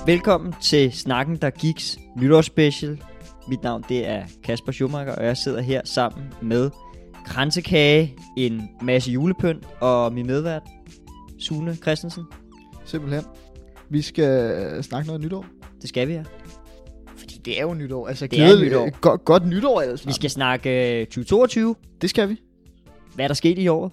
Velkommen til Snakken der Gigs nytårsspecial. Mit navn det er Kasper Schumacher, og jeg sidder her sammen med kransekage, en masse julepynt og min medvært, Sune Christensen. Simpelthen. Vi skal snakke noget nytår. Det skal vi, ja. Fordi det er jo nytår. Altså, det er nytår. Godt nytår, altså. Vi skal snakke 2022. Det skal vi. Hvad er der sket i år?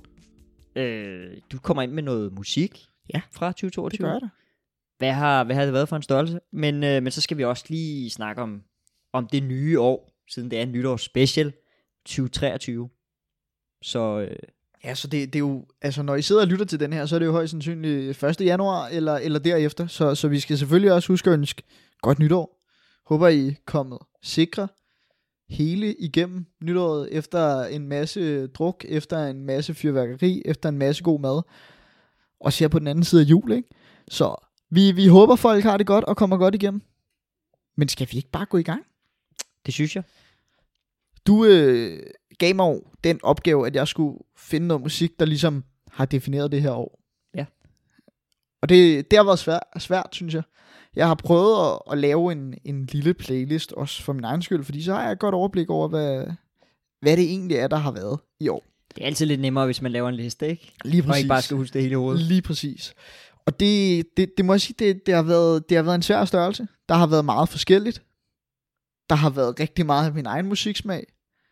Du kommer ind med noget musik fra 2022. Det gør jeg da. Hvad har det været for en størrelse? Men så skal vi også lige snakke om det nye år, siden det er en nytårsspecial 2023. Så ja, så det er jo, altså når I sidder og lytter til den her, så er det jo højst sandsynligt 1. januar eller derefter. Så vi skal selvfølgelig også huske at ønske godt nytår. Håber I er kommet sikre hele igennem nytåret, efter en masse druk, efter en masse fyrværkeri, efter en masse god mad. Og ser på den anden side af jul, ikke? Så vi håber, folk har det godt og kommer godt igennem. Men skal vi ikke bare gå i gang? Det synes jeg. Du gav mig den opgave, at jeg skulle finde noget musik, der ligesom har defineret det her år. Ja. Og det har været svært, synes jeg. Jeg har prøvet at lave en lille playlist, også for min egen skyld, fordi så har jeg et godt overblik over, hvad det egentlig er, der har været i år. Det er altid lidt nemmere, hvis man laver en liste, ikke? Lige præcis. Og ikke bare skal huske det hele i hovedet. Lige præcis. Og det må jeg sige, det har været en svær størrelse. Der har været meget forskelligt. Der har været rigtig meget af min egen musiksmag.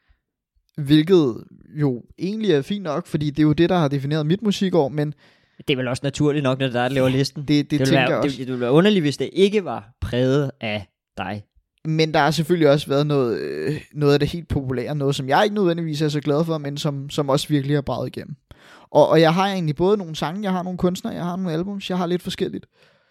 Hvilket jo egentlig er fint nok, fordi det er jo det, der har defineret mit musikår, men det er vel også naturligt nok, når det er der laver listen. Det tænker jeg også. Det ville være underligt, hvis det ikke var præget af dig. Men der har selvfølgelig også været noget af det helt populære, noget som jeg ikke nødvendigvis er så glad for, men som også virkelig har braget igennem. Og jeg har egentlig både nogle sange, jeg har nogle kunstnere, jeg har nogle albums, jeg har lidt forskelligt.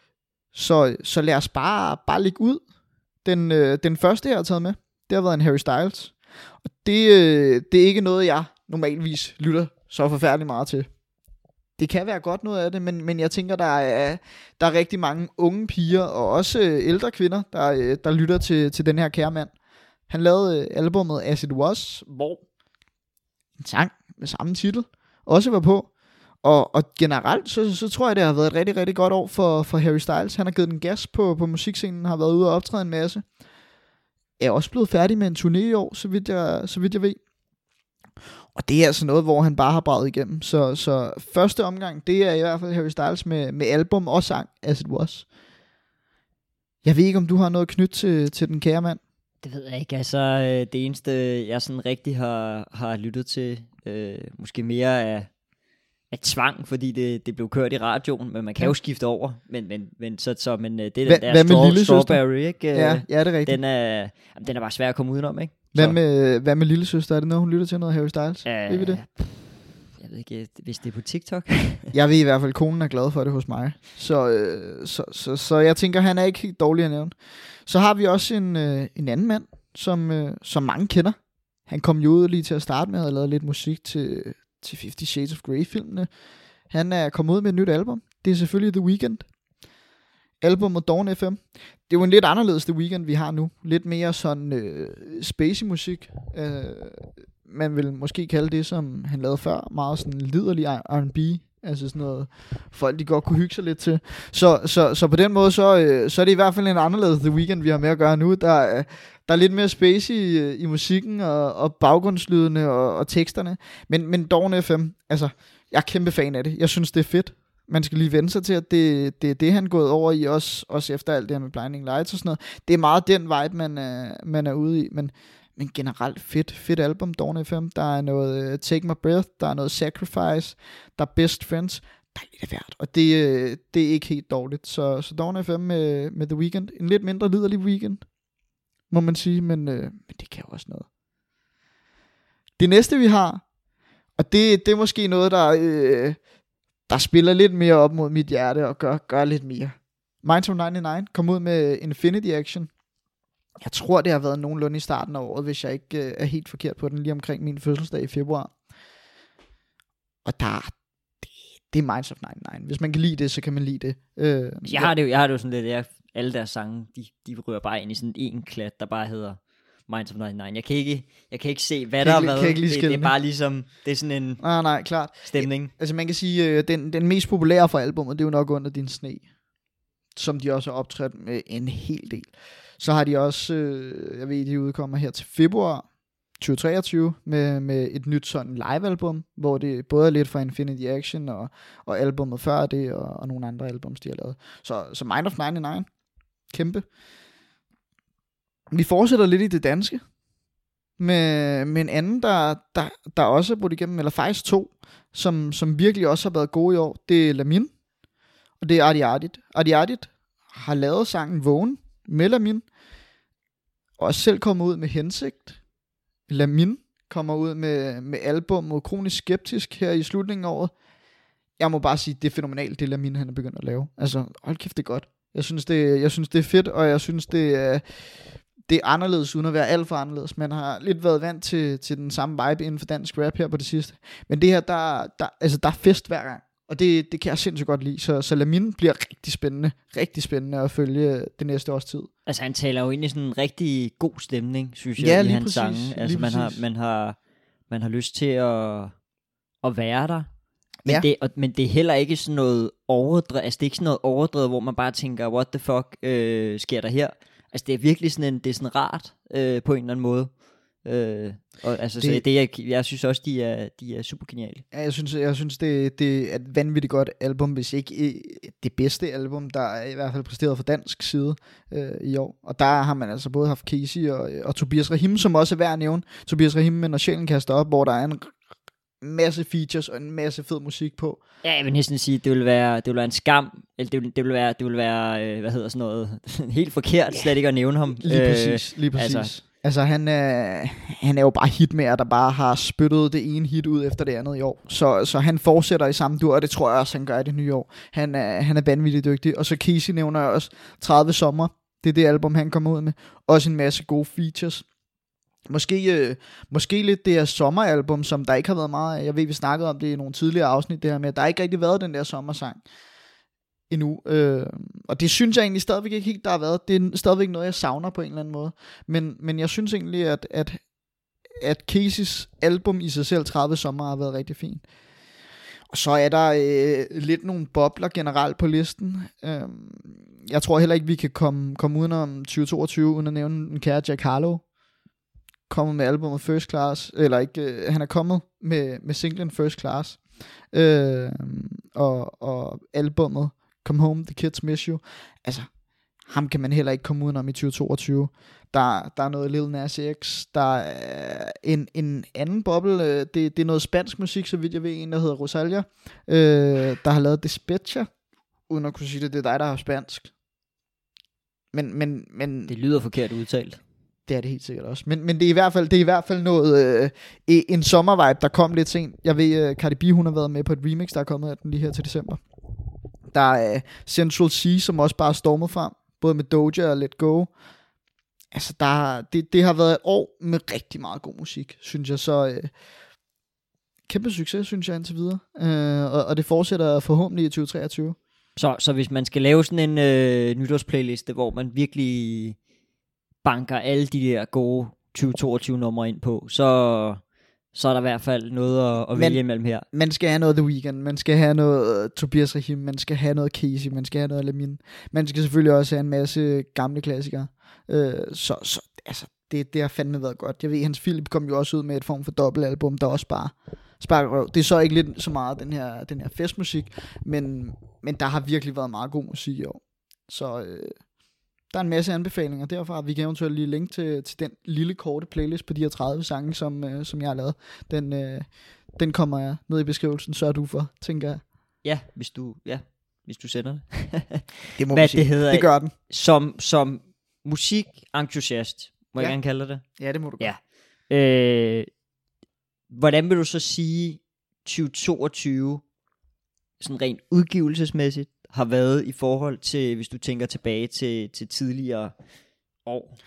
Så lad os bare lægge ud. Den første, jeg har taget med, det har været en Harry Styles. Og det er ikke noget, jeg normalvis lytter så forfærdeligt meget til. Det kan være godt noget af det, men jeg tænker, der er rigtig mange unge piger, og også ældre kvinder, der lytter til den her kære mand. Han lavede albumet As It Was, hvor en sang med samme titel også var på. Og generelt, så tror jeg, det har været et rigtig, rigtig godt år for Harry Styles. Han har givet den gas på musikscenen, har været ude og optræde en masse. Er også blevet færdig med en turné i år, så vidt jeg ved. Og det er altså noget, hvor han bare har braget igennem. Så første omgang, det er i hvert fald Harry Styles med album og sang As It Was. Jeg ved ikke, om du har noget knyt til den kære mand? Det ved jeg ikke. Altså, det eneste, jeg sådan rigtig har lyttet til, måske mere af tvang, fordi det blev kørt i radioen, men man kan jo skifte over. Men det er den der Strawberry, ikke? Ja, det er rigtigt. Den er bare svær at komme udenom, ikke? Hvad med lillesøster? Er det noget, hun lytter til, noget Harry Styles? Ved vi det? Jeg ved ikke, hvis det er på TikTok. Jeg ved i hvert fald, konen er glad for det hos mig. Så jeg tænker, han er ikke helt dårlig at nævne. Så har vi også en anden mand, som mange kender. Han kom jo ud lige til at starte med og lavede lidt musik til 50 Shades of Grey-filmene. Han er kommet ud med et nyt album. Det er selvfølgelig The Weeknd. Albumet Dawn FM. Det er jo en lidt anderledes The Weeknd, vi har nu. Lidt mere sådan spacey musik. Man vil måske kalde det, som han lavede før, meget sådan liderlig R&B. Altså sådan noget, folk de godt kunne hygge sig lidt til. Så på den måde, så er det i hvert fald en anderledes The Weeknd, vi har med at gøre nu. Der er lidt mere spacey i musikken og baggrundslydene og teksterne. Men Dawn FM, altså, jeg er kæmpe fan af det. Jeg synes, det er fedt. Man skal lige vende sig til, at det er det, han er gået over i, også efter alt det her med Blinding Lights og sådan noget. Det er meget den vibe, man er ude i, men generelt fedt album, Dawn FM. Der er noget Take My Breath, der er noget Sacrifice, der er Best Friends, der er lidt af hvert, og det er ikke helt dårligt. Så Dawn FM med The Weeknd, en lidt mindre liderlig Weeknd, må man sige, men det kan jo også noget. Det næste vi har, og det er måske noget, der spiller lidt mere op mod mit hjerte og gør lidt mere. Minds of 99 kom ud med Infinity Action. Jeg tror, det har været nogenlunde i starten af året, hvis jeg ikke er helt forkert på den, lige omkring min fødselsdag i februar. Og det er Minds of 99. Hvis man kan lide det, så kan man lide det. Jeg har det jo sådan lidt, alle deres sange, de rører bare ind i sådan en klat, der bare hedder Minds of 99. Jeg kan ikke se, hvad der har været. Det er bare ligesom, det er sådan en nej, klart. Stemning. Altså man kan sige, den mest populære fra albumet, det er jo nok Under din sne. som de også har optrådt med en hel del. Så har de også, jeg ved, de udkommer her til februar 2023 med et nyt sådan live-album, hvor det både er lidt fra Infinity Action og albumet før det, og nogle andre albums, de har lavet. Så Mind of 99, kæmpe. Vi fortsætter lidt i det danske, med en anden, der også er brudt igennem, eller faktisk to, som virkelig også har været gode i år. Det er Lamin, og det er Adi Adit. Adi Adit har lavet sangen Vågen med Lamin, og selv kommet ud med Hensigt. Lamin kommer ud med albummet Kronisk Skeptisk her i slutningen af året. Jeg må bare sige, det er fænomenalt, det Lamin han er begyndt at lave. Altså, hold kæft, det er godt. Jeg synes, det er fedt, og jeg synes, det er anderledes, uden at være alt for anderledes. Man har lidt været vant til den samme vibe inden for dansk rap her på det sidste. Men det her, der er fest hver gang. Og det kan jeg sindssygt godt lide. Så Lamin bliver rigtig spændende at følge det næste års tid. Altså han taler jo ind i sådan en rigtig god stemning, synes jeg, i hans sange. Altså man har lyst til at være der. Men det er heller ikke sådan noget overdrevet. Altså det er ikke sådan noget overdrevet, hvor man bare tænker, what the fuck sker der her? Altså det er virkelig sådan det er sådan rart på en eller anden måde. Og altså jeg synes også de er super geniale. Ja, jeg synes det er et vanvittigt godt album, hvis ikke det bedste album, der er i hvert fald præsteret fra dansk side i år. Og der har man altså både haft Casey og Tobias Rahim, som også er værd at nævne. Tobias Rahim med Når Sjælen Kaster Op, hvor der er en masse features og en masse fed musik på. Ja, jeg vil næsten sige, det vil være en skam, eller det vil være hvad hedder sådan noget, helt forkert slet ikke at nævne ham. Lige præcis. Altså han er jo bare hitmager, der bare har spyttet det ene hit ud efter det andet i år. Så han fortsætter i samme dur, og det tror jeg også, han gør i det nye år. Han er vanvittigt dygtig. Og så Casey nævner jeg også 30 sommer. Det er det album, han kommer ud med. Også en masse gode features. Måske lidt det her sommeralbum, som der ikke har været meget af. Jeg ved, vi snakkede om det i nogle tidligere afsnit, det her med, at der ikke rigtig været den der sommersang endnu. Og det synes jeg egentlig stadigvæk ikke helt, der har været. Det er stadigvæk noget, jeg savner på en eller anden måde. Men jeg synes egentlig, at Caseys album i sig selv, 30 sommer, har været rigtig fint. Og så er der lidt nogle bobler generelt på listen. Jeg tror heller ikke, vi kan komme udenom 2022, uden at nævne en kære Jack Harlow. Kommet med albumet First Class, eller ikke, han er kommet med singlen First Class, og albumet Come Home, The Kids Miss You. Altså, ham kan man heller ikke komme udenom i 2022. Der er noget Lil Nas X, der er en anden boble, det er noget spansk musik, så vidt jeg ved, en der hedder Rosalia, der har lavet Despecha, uden at kunne sige det er dig, der har spansk. Men det lyder forkert udtalt. Det er det helt sikkert også. Men det er i hvert fald noget en sommervibe, der kom lidt sent. Jeg ved, Cardi B, hun har været med på et remix, der er kommet af den lige her til december. Der er Central C, som også bare stormet frem, både med Doja og Let Go. Altså, det har været et år med rigtig meget god musik, synes jeg. Så kæmpe succes, synes jeg, indtil videre. Og det fortsætter forhåbentlig i 2023. Så hvis man skal lave sådan en nytårsplayliste, hvor man virkelig banker alle de der gode 2022 numre ind på, så er der i hvert fald noget at vælge imellem her. Man skal have noget The Weeknd, man skal have noget Tobias Rahim, man skal have noget Casey, man skal have noget Lamin. Man skal selvfølgelig også have en masse gamle klassikere. Så altså, det har fandme været godt. Jeg ved, Hans Philip kom jo også ud med et form for dobbeltalbum, der også bare sparker røv. Det er så ikke lidt så meget den her festmusik, men der har virkelig været meget god musik i år. Så der er en masse anbefalinger derfra. Vi kan eventuelt lige linke til den lille korte playlist på de her 30 sange, som jeg har lavet. Den kommer jeg ned i beskrivelsen, sørger du for, tænker jeg. Ja, hvis du sender det. Det må man sige. Det gør den. Som musikentusiast, må jeg gerne kalde det? Ja, det må du gøre. Ja. Hvordan vil du så sige 2022 sådan rent udgivelsesmæssigt har været i forhold til, hvis du tænker tilbage til tidligere år?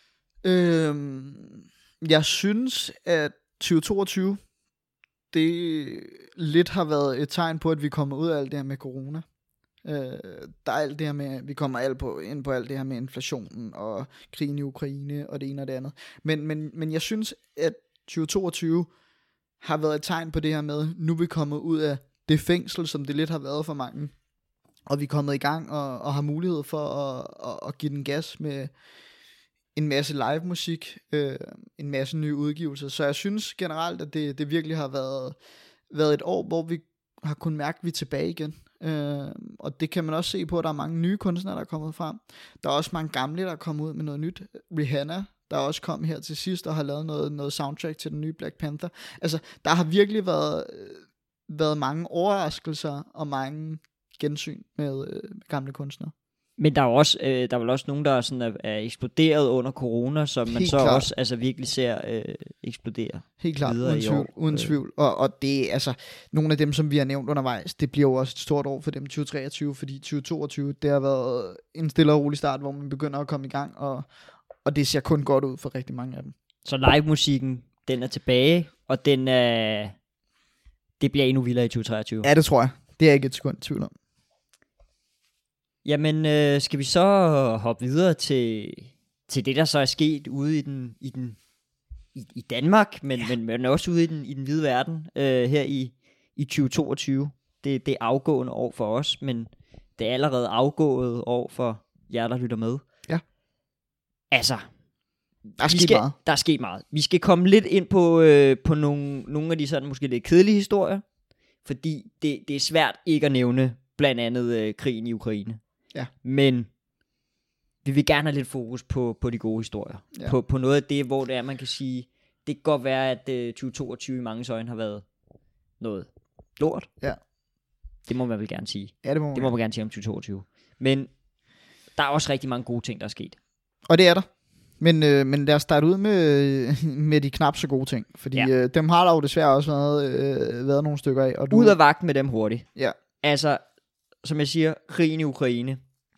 Jeg synes, at 2022 det lidt har været et tegn på, at vi kommer ud af alt det her med corona. Der er alt det her med, vi kommer ind på alt det her med inflationen og krigen i Ukraine og det ene og det andet. Men jeg synes, at 2022 har været et tegn på det her med, nu vi kommer ud af det fængsel, som det lidt har været for mange. og vi er kommet i gang og har mulighed for at give den gas med en masse live musik, en masse nye udgivelser. Så jeg synes generelt, at det virkelig har været et år, hvor vi har kunnet mærke, at vi er tilbage igen. Og det kan man også se på, at der er mange nye kunstnere, der er kommet frem. Der er også mange gamle, der er kommet ud med noget nyt. Rihanna, der også kom her til sidst og har lavet noget soundtrack til den nye Black Panther. Altså, der har virkelig været mange overraskelser og mange gensyn med gamle kunstnere. Men der er også, der er vel også nogen, der sådan er eksploderet under corona, som man så klart også altså virkelig ser eksplodere. Helt klart, uden tvivl. Og det er altså nogle af dem, som vi har nævnt undervejs, det bliver jo også et stort år for dem 2023, fordi 2022, det har været en stille og rolig start, hvor man begynder at komme i gang, og det ser kun godt ud for rigtig mange af dem. Så live-musikken, den er tilbage, og det bliver endnu vildere i 2023. Ja, det tror jeg. Det er ikke et sekund tvivl om. Jamen, skal vi så hoppe videre til det, der så er sket ude i Danmark, men også ude i den hvide verden her i 2022. Det er afgående år for os, men det er allerede afgået år for jer, der lytter med. Ja. Altså, der er sket meget. Vi skal komme lidt ind på nogle af de sådan måske lidt kedelige historier, fordi det er svært ikke at nævne blandt andet krigen i Ukraine. Ja. Men vi vil gerne have lidt fokus på de gode historier. Ja. På noget af det, hvor det er, man kan sige, det kan godt være, at 2022 i mange øjne har været noget lort. Ja. Det må man vel gerne sige. Ja, det må man gerne sige om 2022. Men der er også rigtig mange gode ting, der er sket. Og det er der. Men lad os starte ud med de knap så gode ting. Fordi dem har der jo desværre også været nogle stykker af. Ud af vagt med dem hurtigt. Ja. Altså, som jeg siger, krigen i Ukraine.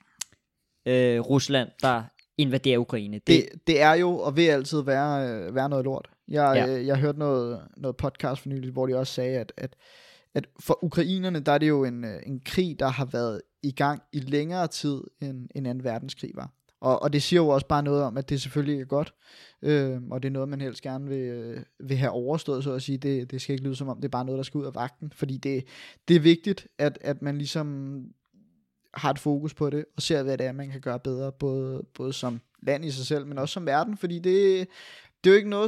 Rusland, der invaderer Ukraine. Det er jo, og vil altid være noget lort. Jeg hørte noget podcast for nylig, hvor de også sagde, at for ukrainerne, der er det jo en krig, der har været i gang i længere tid, end 2. verdenskrig var. Og det siger jo også bare noget om, at det selvfølgelig ikke er godt, og det er noget, man helst gerne vil have overstået, så at sige. Det skal ikke lyde som om, det er bare noget, der skal ud af vagten, fordi det er vigtigt, at man ligesom har et fokus på det, og ser, hvad det er, man kan gøre bedre, både som land i sig selv, men også som verden, fordi det er jo ikke noget,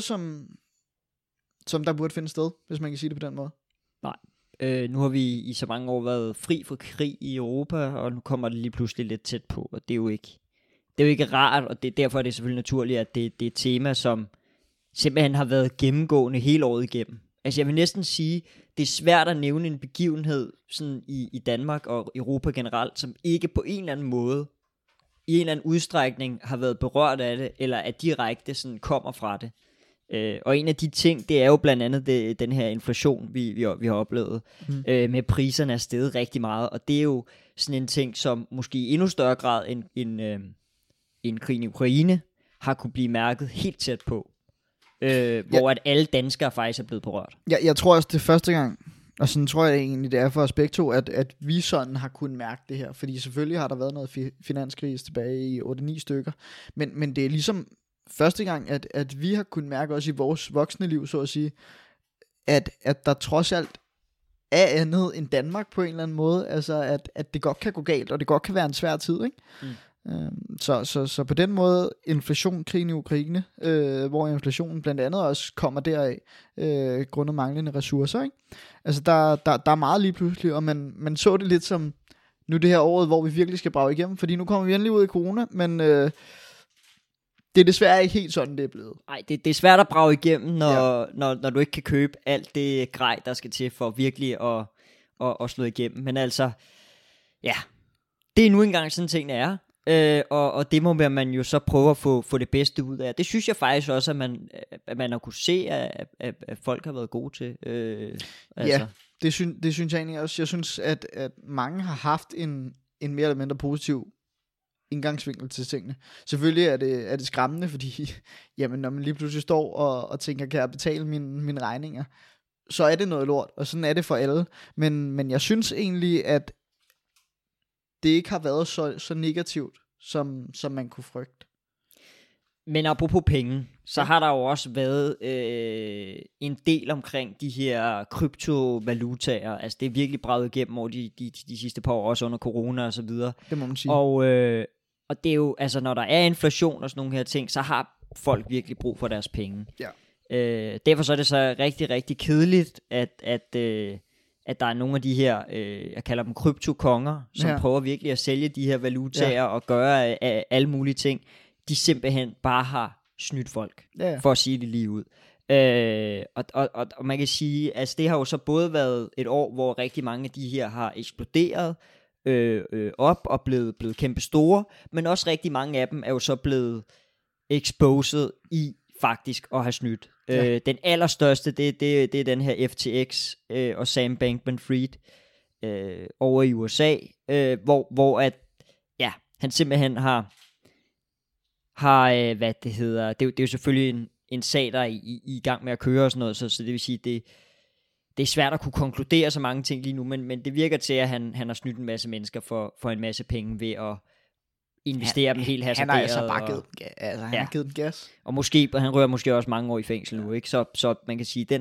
som der burde finde sted, hvis man kan sige det på den måde. Nej. Nu har vi i så mange år været fri for krig i Europa, og nu kommer det lige pludselig lidt tæt på, og det er jo ikke rart, og derfor er det selvfølgelig naturligt, at det er et tema, som simpelthen har været gennemgående hele året igennem. Altså jeg vil næsten sige, det er svært at nævne en begivenhed sådan i Danmark og Europa generelt, som ikke på en eller anden måde, i en eller anden udstrækning har været berørt af det, eller at direkte sådan kommer fra det. Og en af de ting, det er jo blandt andet den her inflation, vi har oplevet, med priserne er steget rigtig meget, og det er jo sådan en ting, som måske i endnu større grad end krigen i Ukraine, har kunne blive mærket helt tæt på. Hvor at alle danskere faktisk er blevet berørt. Jeg tror også, det er første gang, og sådan tror jeg egentlig, det er for os begge to, at vi sådan har kunnet mærke det her. Fordi selvfølgelig har der været noget finanskrise tilbage i 8-9 stykker, men det er ligesom første gang, at vi har kunnet mærke også i vores voksne liv, så at sige, at der trods alt er andet end Danmark på en eller anden måde. Altså, at det godt kan gå galt, og det godt kan være en svær tid, ikke? Så på den måde krigen i Ukraine, hvor inflationen blandt andet også kommer deraf, grundet manglende ressourcer, ikke? Altså der er meget lige pludselig, og man så det lidt som nu det her året, hvor vi virkelig skal brage igennem, fordi nu kommer vi endelig ud i corona, men det er desværre ikke helt sådan, det er blevet. Nej, det er svært at brage igennem, når du ikke kan købe alt det grej, der skal til for virkelig at slå igennem. Men altså, ja, det er nu engang sådan tingene er. Og det må man jo så prøve at få det bedste ud af. Det synes jeg faktisk også, at man har kunne se, at folk har været gode til. Altså. Ja, det synes jeg egentlig også. Jeg synes, at mange har haft en mere eller mindre positiv indgangsvinkel til tingene. Selvfølgelig er det skræmmende, fordi jamen, når man lige pludselig står og tænker, kan jeg betale mine regninger, så er det noget lort, og sådan er det for alle. Men jeg synes egentlig, at det ikke har været så negativt, som man kunne frygte. Men apropos penge, så har der jo også været en del omkring de her kryptovalutaer. Altså det er virkelig braget igennem over de sidste par år, også under corona og så videre. Det må man sige. Og det er jo, altså når der er inflation og sådan nogle her ting, så har folk virkelig brug for deres penge. Ja. Derfor så er det så rigtig, rigtig kedeligt, at der er nogle af de her, jeg kalder dem kryptokonger, som prøver virkelig at sælge de her valutaer og gøre alle mulige ting. De simpelthen bare har snydt folk, for at sige det lige ud. Og man kan sige, altså det har jo så både været et år, hvor rigtig mange af de her har eksploderet op og blevet kæmpe store, men også rigtig mange af dem er jo så blevet exposed i faktisk at have snydt. Den allerstørste, det er den her FTX og Sam Bankman-Fried over i USA, hvor at, ja, han simpelthen har hvad det hedder, det er jo selvfølgelig en sag, der er i gang med at køre og sådan noget, så det vil sige, det er svært at kunne konkludere så mange ting lige nu, men det virker til, at han har snydt en masse mennesker for en masse penge ved at investere dem helt hasarderet. Han har altså bare givet den gas. Og han rører måske også mange år i fængsel nu, ikke? Så man kan sige, det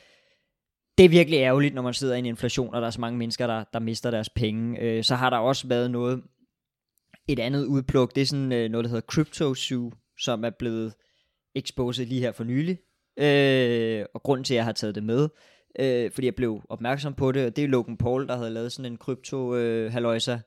er virkelig ærgerligt, når man sidder i en inflation, og der er så mange mennesker, der mister deres penge. Så har der også været et andet udpluk, det er sådan noget, der hedder CryptoZoo, som er blevet exposed lige her for nylig. Og grunden til, at jeg har taget det med, fordi jeg blev opmærksom på det, og det er Logan Paul, der havde lavet sådan en krypto-halløjsa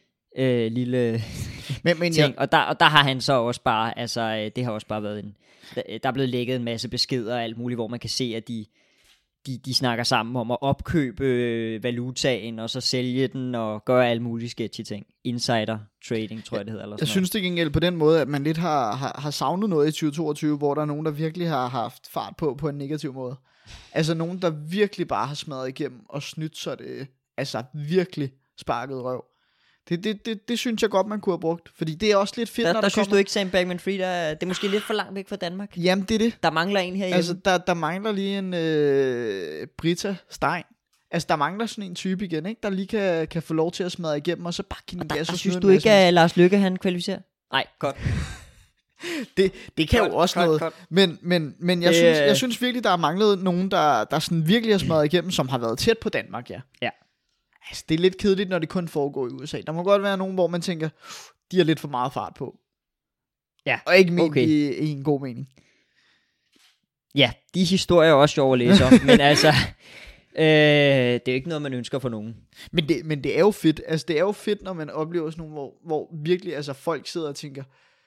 lille ting. Og der har han så også bare, altså det har også bare været der er blevet lækket en masse beskeder og alt muligt, hvor man kan se, at de snakker sammen om at opkøbe valutaen, og så sælge den, og gøre alle mulige sketchy ting. Insider trading, tror jeg det hedder. Eller jeg synes det gengæld på den måde, at man lidt har savnet noget i 2022, hvor der er nogen, der virkelig har haft fart på en negativ måde. Altså nogen, der virkelig bare har smadret igennem og snydt, så det altså virkelig sparket røv. Det synes jeg godt, man kunne have brugt. Fordi det er også lidt fedt, når der synes du ikke, Sam Bankman-Fried det er måske lidt for langt væk fra Danmark? Jamen, det er det. Der mangler en herhjemme. Altså, der mangler lige en Britta Stein. Altså, der mangler sådan en type igen, ikke? Der lige kan få lov til at smadre igennem, og så bare give den gas og synes du ikke, at Lars Løkke, han kvalificerer? Nej, godt. det kan jo også noget. Men jeg synes virkelig, der har manglet nogen, der sådan virkelig har smadret igennem, som har været tæt på Danmark, ja. Altså, det er lidt kedeligt, når det kun foregår i USA. Der må godt være nogen, hvor man tænker, de har lidt for meget fart på. Ja. Og ikke ment i en god mening. Ja, de historier er også sjove at læse om, men altså, det er jo ikke noget, man ønsker for nogen. Men det er jo fedt. Altså, det er jo fedt, når man oplever sådan nogle, hvor virkelig altså, folk sidder og tænker,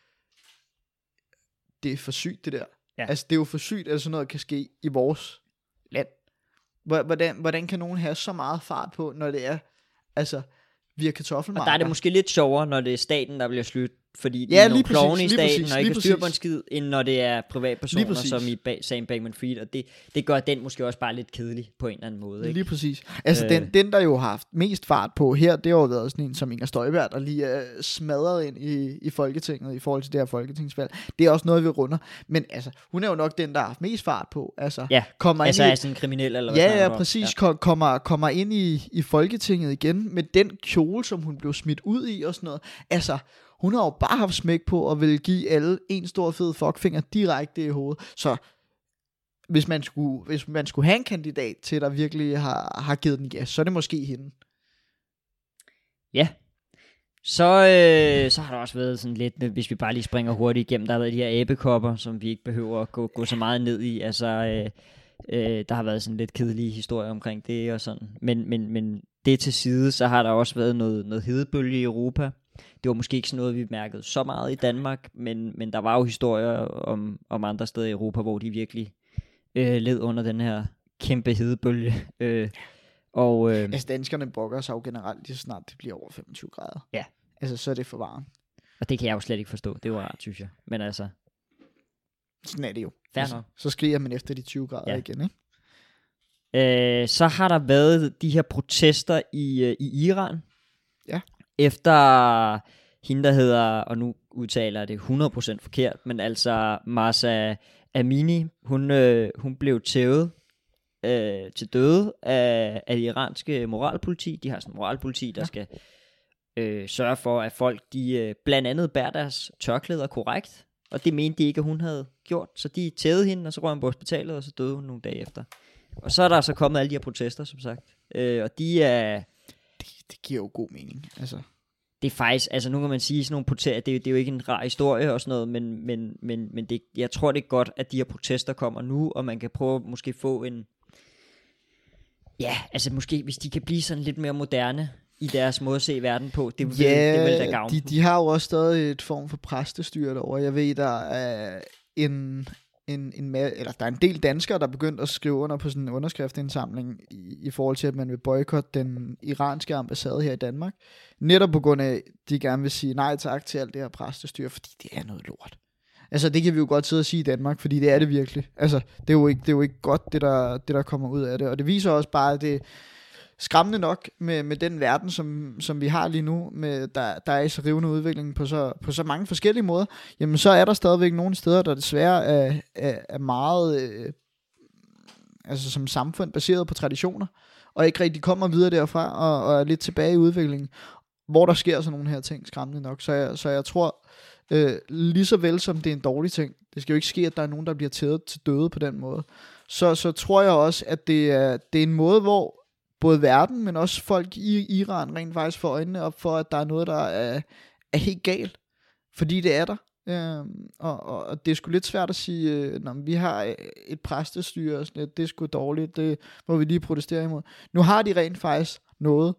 det er for sygt, det der. Ja. Altså, det er jo for sygt, at sådan noget kan ske i vores land. Hvordan kan nogen have så meget fart på, når det er, altså, via kartoffelmarker? Og der er det måske lidt sjovere, når det er staten, der bliver slut, fordi det er nogle klovne i staten, og ikke har styr på en skid, end når det er privatpersoner, som i Sam Bankman-Fried, og det gør den måske også bare lidt kedelig, på en eller anden måde. Ikke? Lige præcis. Altså, den der jo har haft mest fart på her, det har jo været sådan en som Inger Støjberg, der lige er smadret ind i Folketinget, i forhold til det her folketingsvalg. Det er også noget, vi runder. Men altså, hun er jo nok den, der har haft mest fart på. Altså, ja, kommer altså ind er sådan en kriminel, eller hvad? Ja, præcis. Ja. Kommer ind i Folketinget igen, med den kjole, som hun blev smidt ud i, og sådan noget. Altså, hun har jo bare haft smæk på og vil give alle en stor fed fuckfinger direkte i hovedet. Så hvis man skulle have en kandidat til, der virkelig har givet den gas, så er det måske hende. Ja. Så har der også været sådan lidt, hvis vi bare lige springer hurtigt igennem, der har været de her abekopper, som vi ikke behøver at gå så meget ned i. Altså, der har været sådan lidt kedelige historier omkring det og sådan. Men det til side, så har der også været noget hedebølge i Europa. Det var måske ikke sådan noget, vi mærkede så meget i Danmark, men der var jo historier om andre steder i Europa, hvor de virkelig led under den her kæmpe hedebølge. Altså danskerne brokker sig jo generelt, lige så snart det bliver over 25 grader. Ja. Altså så er det for varmt. Og det kan jeg jo slet ikke forstå. Det var rart, synes jeg. Men altså, sådan er det jo. Altså, så skriger man efter de 20 grader igen, ikke? Så har der været de her protester i Iran. Ja. Efter hende, der hedder, og nu udtaler jeg det 100% forkert, men altså Mahsa Amini, hun blev tævet til døde af det iranske moralpoliti. De har sådan en moralpoliti, der skal sørge for, at folk de blandt andet bærer deres tørklæder korrekt. og det mente de ikke, at hun havde gjort. Så de tævede hende, og så røg hun på hospitalet, og så døde hun nogle dage efter. Og så er der så kommet alle de her protester, som sagt. Og de er... Det giver jo god mening, altså. Det er faktisk, altså nu kan man sige, sådan nogle protester, det er jo ikke en rar historie og sådan noget, men det, jeg tror det er godt, at de her protester kommer nu, og man kan prøve at måske få en... Ja, altså måske, hvis de kan blive sådan lidt mere moderne i deres måde at se verden på, det vil da gavne. De har jo også stadig et form for præstestyre derovre. Jeg ved, der er der er en del danskere, der er begyndt at skrive under på sådan en underskriftindsamling i forhold til, at man vil boykotte den iranske ambassade her i Danmark. Netop på grund af, at de gerne vil sige nej tak til alt det her præstestyre, fordi det er noget lort. Altså, det kan vi jo godt sidde og sige i Danmark, fordi det er det virkelig. Altså, det er jo ikke godt, det der kommer ud af det. Og det viser også bare, at det er skræmmende nok med den verden, som vi har lige nu, med, der er i så rivende udvikling på så mange forskellige måder. Jamen, så er der stadigvæk nogle steder, der desværre er meget, altså som samfund baseret på traditioner, og ikke rigtig kommer videre derfra, og er lidt tilbage i udviklingen, hvor der sker sådan nogle her ting, skræmmende nok. Så jeg tror... lige så vel som det er en dårlig ting, det skal jo ikke ske, at der er nogen, der bliver taget til døde på den måde, så tror jeg også, at det er en måde, hvor både verden, men også folk i Iran rent faktisk får øjnene op for, at der er noget, der er helt galt, fordi det er der. Og det er sgu lidt svært at sige, når vi har et præstestyre og sådan lidt, det er sgu dårligt, det må vi lige protestere imod. Nu har de rent faktisk noget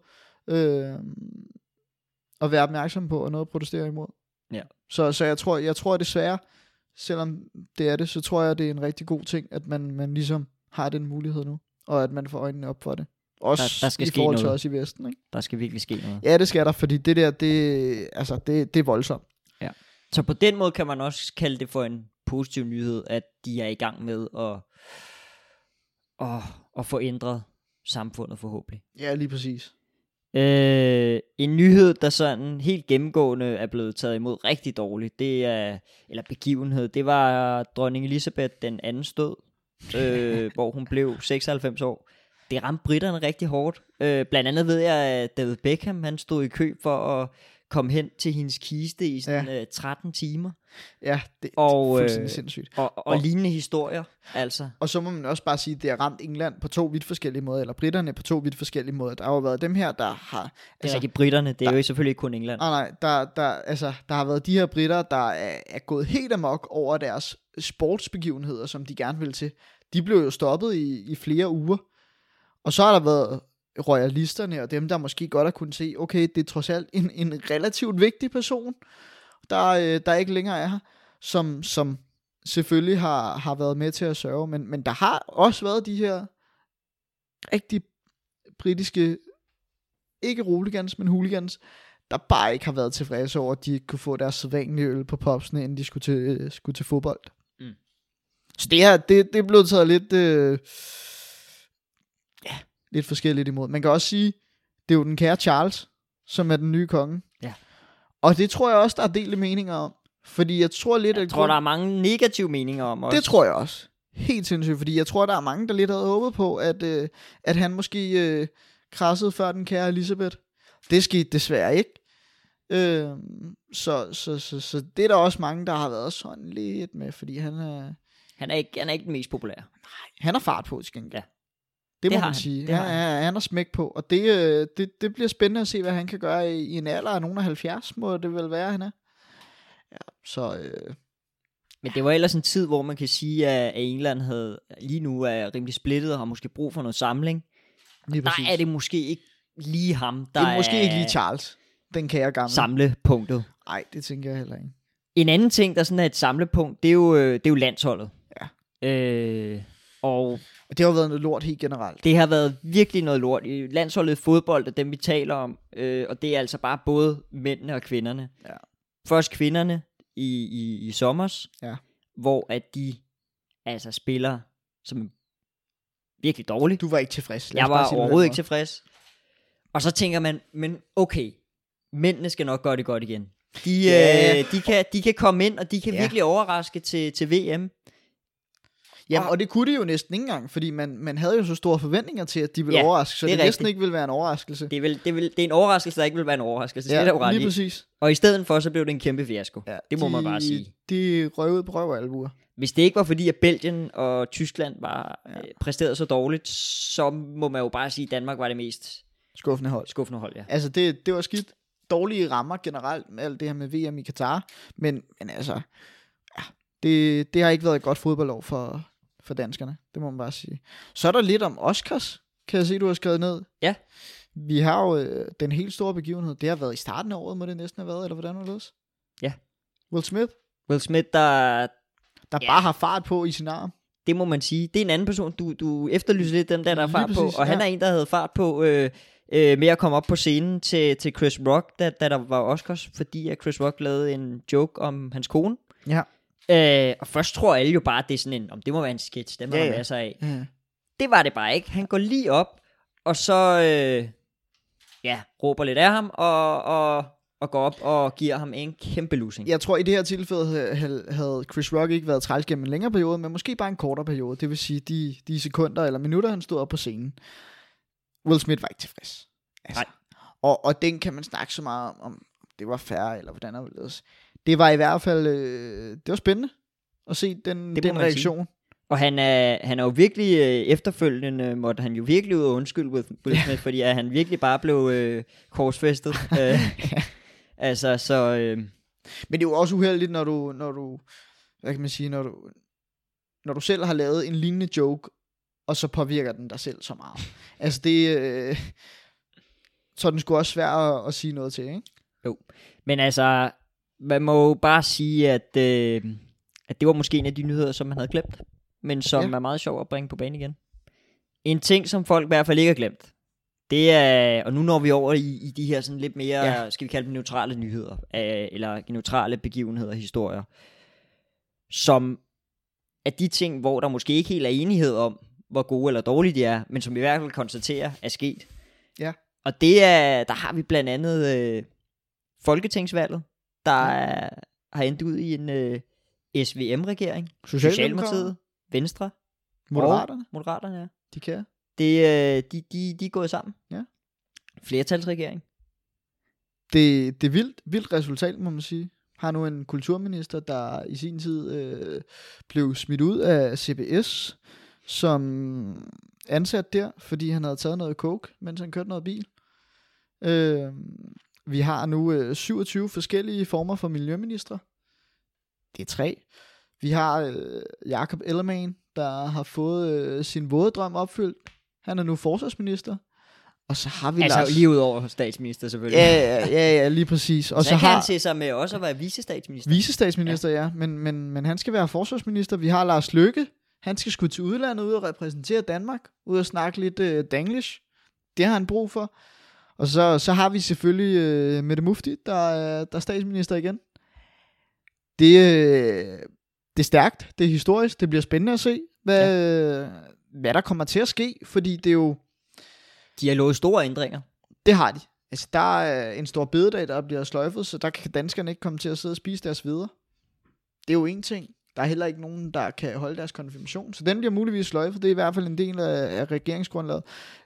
at være opmærksom på, og noget at protestere imod. Ja. Så jeg tror desværre, selvom det er det, så tror jeg, det er en rigtig god ting, at man ligesom har den mulighed nu, og at man får øjnene op for det. Også der skal i forhold til noget. os i Vesten, ikke? Der skal virkelig ske noget. Ja, det skal der, fordi det der, det er voldsomt. Ja. Så på den måde kan man også kalde det for en positiv nyhed, at de er i gang med at få ændret samfundet forhåbentlig. Ja, lige præcis. En nyhed, der sådan helt gennemgående er blevet taget imod rigtig dårligt, det er, eller begivenhed, det var dronning Elizabeth den andens død, hvor hun blev 96 år. Det ramte britterne rigtig hårdt. Blandt andet ved jeg, at David Beckham, han stod i kø for at komme hen til hendes kiste i sådan 13 timer. Ja, det er fuldstændig sindssygt. Og lignende historier, altså. Og så må man også bare sige, at det har ramt England på 2 vidt forskellige måder, eller britterne på 2 vidt forskellige måder. Der har jo været dem her, der har... Det er ikke britterne, det er jo selvfølgelig ikke kun England. Nej, der har været de her britter, der er gået helt amok over deres sportsbegivenheder, som de gerne vil til. De blev jo stoppet i flere uger. Og så har der været royalisterne, og dem, der måske godt har kunnet se, okay, det er trods alt en relativt vigtig person, der ikke længere er her, som selvfølgelig har været med til at sørge, men der har også været de her rigtig britiske, ikke hooligans, men hooligans, der bare ikke har været tilfredse over, at de ikke kunne få deres sædvanlige øl på popsene, inden de skulle til fodbold. Mm. Så det her, det er blevet taget lidt... lidt forskelligt imod. Man kan også sige, det er jo den kære Charles, som er den nye konge. Ja. Og det tror jeg også, der er delte meninger om. Fordi jeg tror lidt... Jeg tror, der er mange negative meninger om også. Det tror jeg også. Helt sindssygt, fordi jeg tror, der er mange, der lidt havde håbet på, at han måske krassede før den kære Elizabeth. Det skete desværre ikke. Så det er der også mange, der har været sådan lidt med, fordi han er... Han er ikke den mest populære. Nej, han har fart på, til gengæld. Ja. Det må man sige. Han har smæk på. Og det bliver spændende at se, hvad han kan gøre i en alder af nogen af 70, må det vel være, han er. Ja, så... Men det var ellers en tid, hvor man kan sige, at England lige nu er rimelig splittet og har måske brug for noget samling. Der er det måske ikke lige ham, der det er måske ikke lige Charles, den kære gamle. Samlepunktet. Nej, det tænker jeg heller ikke. En anden ting, der sådan er et samlepunkt, det er jo landsholdet. Ja. Og det har jo været noget lort helt generelt. Det har været virkelig noget lort. Landsholdet i fodbold er dem, vi taler om. Og det er altså bare både mændene og kvinderne. Ja. Først kvinderne i sommers, hvor at de altså spiller som virkelig dårligt. Du var ikke tilfreds. Jeg var overhovedet ikke tilfreds. Og så tænker man, men okay, mændene skal nok gøre det godt igen. De kan komme ind, og de kan virkelig overraske til VM. Jamen, og det kunne de jo næsten ikke engang, fordi man havde jo så store forventninger til, at de ville overraske, så det næsten ikke ville være en overraskelse. Det er en overraskelse, der ikke vil være en overraskelse. Det er jo ret lige præcis. Og i stedet for, så blev det en kæmpe fiasko. Ja, det må man bare sige. De røg ud på røvalbuer. Hvis det ikke var fordi, at Belgien og Tyskland var præsteret så dårligt, så må man jo bare sige, at Danmark var det mest skuffende hold. Ja. Altså, det var skidt dårlige rammer generelt, med alt det her med VM i Katar, men altså, ja, det har ikke været et godt fodboldår for danskerne, det må man bare sige. Så er der lidt om Oscars, kan jeg se, du har skrevet ned. Ja. Vi har jo den helt store begivenhed, det har været i starten af året, må det næsten have været, eller hvordan var det? Ja. Will Smith, der bare har fart på i sin arm. Det må man sige. Det er en anden person, du efterlyser lidt, dem der er fart præcis, på, og han er en, der havde fart på med at komme op på scenen til Chris Rock, da der var Oscars, fordi at Chris Rock lavede en joke om hans kone. Ja. Og først tror alle jo bare, at det er sådan en, om det må være en sketch, det må der masser af. Ja. Det var det bare ikke. Han går lige op, og så råber lidt af ham, og går op og giver ham en kæmpe losing. Jeg tror, i det her tilfælde havde Chris Rock ikke været træls gennem en længere periode, men måske bare en kortere periode. Det vil sige, de sekunder eller minutter, han stod op på scenen. Will Smith var ikke tilfreds. Altså. Og den kan man snakke så meget om det var fair, eller hvordan det var. Det var i hvert fald, det var spændende at se den reaktion. Sige. Og han er jo virkelig, efterfølgende måtte han jo virkelig ud og undskylde Will Smith, fordi han virkelig bare blev korsfæstet. Altså, så... Men det er jo også uheldigt, når du hvad kan man sige, når du selv har lavet en lignende joke, og så påvirker den dig selv så meget. Altså det... så er den sgu også svær at sige noget til, ikke? Jo, men altså, man må jo bare sige, at det var måske en af de nyheder, som man havde glemt, men som er meget sjov at bringe på banen igen. En ting, som folk i hvert fald ikke har glemt, det er, og nu når vi over i de her sådan lidt mere, skal vi kalde dem neutrale nyheder, eller neutrale begivenheder og historier, som er de ting, hvor der måske ikke helt er enighed om, hvor gode eller dårlige de er, men som vi i hvert fald konstaterer er sket. Ja. Og det er, der har vi blandt andet folketingsvalget, der har endt ud i en SVM-regering. Socialdemokratiet, Venstre, Moderaterne, ja. De kan. De er gået sammen. Ja. Flertalsregering. Det er vildt resultat, må man sige. Har nu en kulturminister, der i sin tid blev smidt ud af CBS, som ansat der, fordi han havde taget noget coke, mens han kørte noget bil. Vi har nu 27 forskellige former for miljøministre. Det er 3. Vi har Jakob Ellemann, der har fået sin våde drøm opfyldt. Han er nu forsvarsminister. Og så har vi altså lige ud over statsminister selvfølgelig. Ja, lige præcis. Og så kan han se sig med også at være vicestatsminister. Vicestatsminister, ja. Men han skal være forsvarsminister. Vi har Lars Løkke. Han skal sgu til udlandet ud og repræsentere Danmark. Ud og snakke lidt danglish. Det har han brug for. Og så har vi selvfølgelig Mette Mufti, der er statsminister igen. Det er stærkt. Det er historisk. Det bliver spændende at se, hvad der kommer til at ske. Fordi det er jo... De har lovet store ændringer. Det har de. Altså, der er en stor bededag, der bliver sløjfet, så der kan danskerne ikke komme til at sidde og spise deres videre. Det er jo en ting. Der er heller ikke nogen, der kan holde deres konfirmation. Så den bliver muligvis sløjfet. Det er i hvert fald en del af regeringsgrundlaget.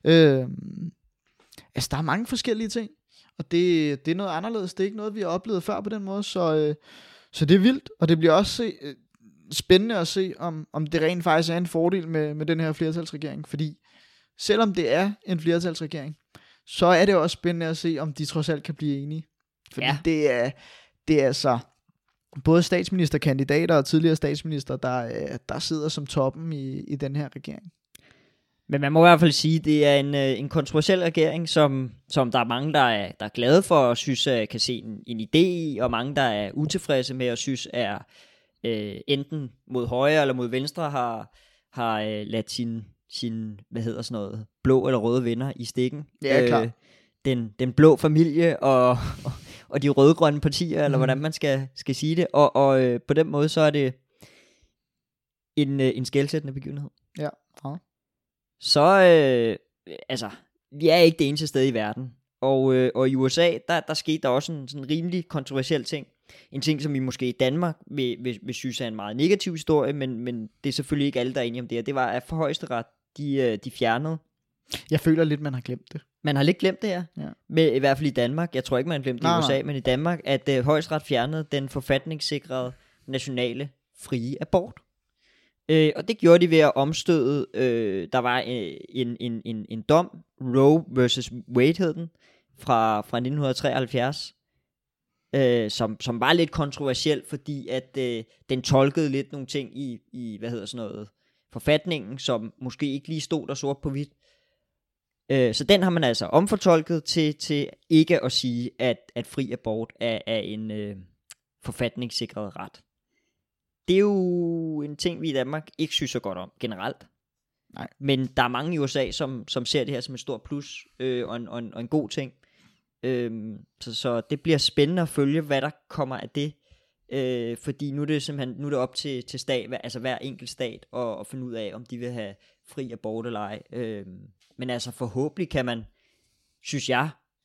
Altså, der er mange forskellige ting. Og det er noget anderledes. Det er ikke noget, vi har oplevet før på den måde. Så det er vildt. Og det bliver også spændende at se, om det rent faktisk er en fordel med den her flertalsregering. Fordi selvom det er en flertalsregering, så er det også spændende at se, om de trods alt kan blive enige. Fordi det er så både statsministerkandidater og tidligere statsminister, der sidder som toppen i den her regering. Men man må i hvert fald sige, at det er en kontroversiel regering, som der er mange, der er glade for og synes, kan se en idé i, og mange, der er utilfredse med og synes, er enten mod højre eller mod venstre, har ladt sin hvad hedder sådan noget, blå eller røde venner i stikken. Ja, klar. Den blå familie og de røde-grønne partier, eller hvordan man skal sige det. Og på den måde, så er det en skelsættende begivenhed. Ja. Så, altså, vi er ikke det eneste sted i verden. Og i USA, der skete der også en sådan rimelig kontroversiel ting. en ting, som vi måske i Danmark vil synes er en meget negativ historie, men det er selvfølgelig ikke alle, der er enige om det, og det var, at for Højesteret, de fjernede. Jeg føler lidt, man har glemt det. Man har lidt glemt det her, med, i hvert fald i Danmark. Jeg tror ikke, man har glemt det i USA, men i Danmark, at Højesteret fjernede den forfatningssikrede nationale frie abort. Og det gjorde de ved at omstøde, der var en dom, Roe versus Wade hed den, fra 1973, som var lidt kontroversiel, fordi at den tolkede lidt nogle ting i forfatningen, som måske ikke lige stod der sort på hvidt. Så den har man altså omfortolket til ikke at sige, at fri abort er en forfatningssikret ret. Det er jo en ting, vi i Danmark ikke synes så godt om generelt. Nej. Men der er mange i USA, som ser det her som et stort plus og en god ting. Så det bliver spændende at følge, hvad der kommer af det. Fordi nu er det simpelthen op til stat, altså hver enkelt stat at finde ud af, om de vil have fri abort eller ej. Men altså forhåbentlig kan man, synes jeg,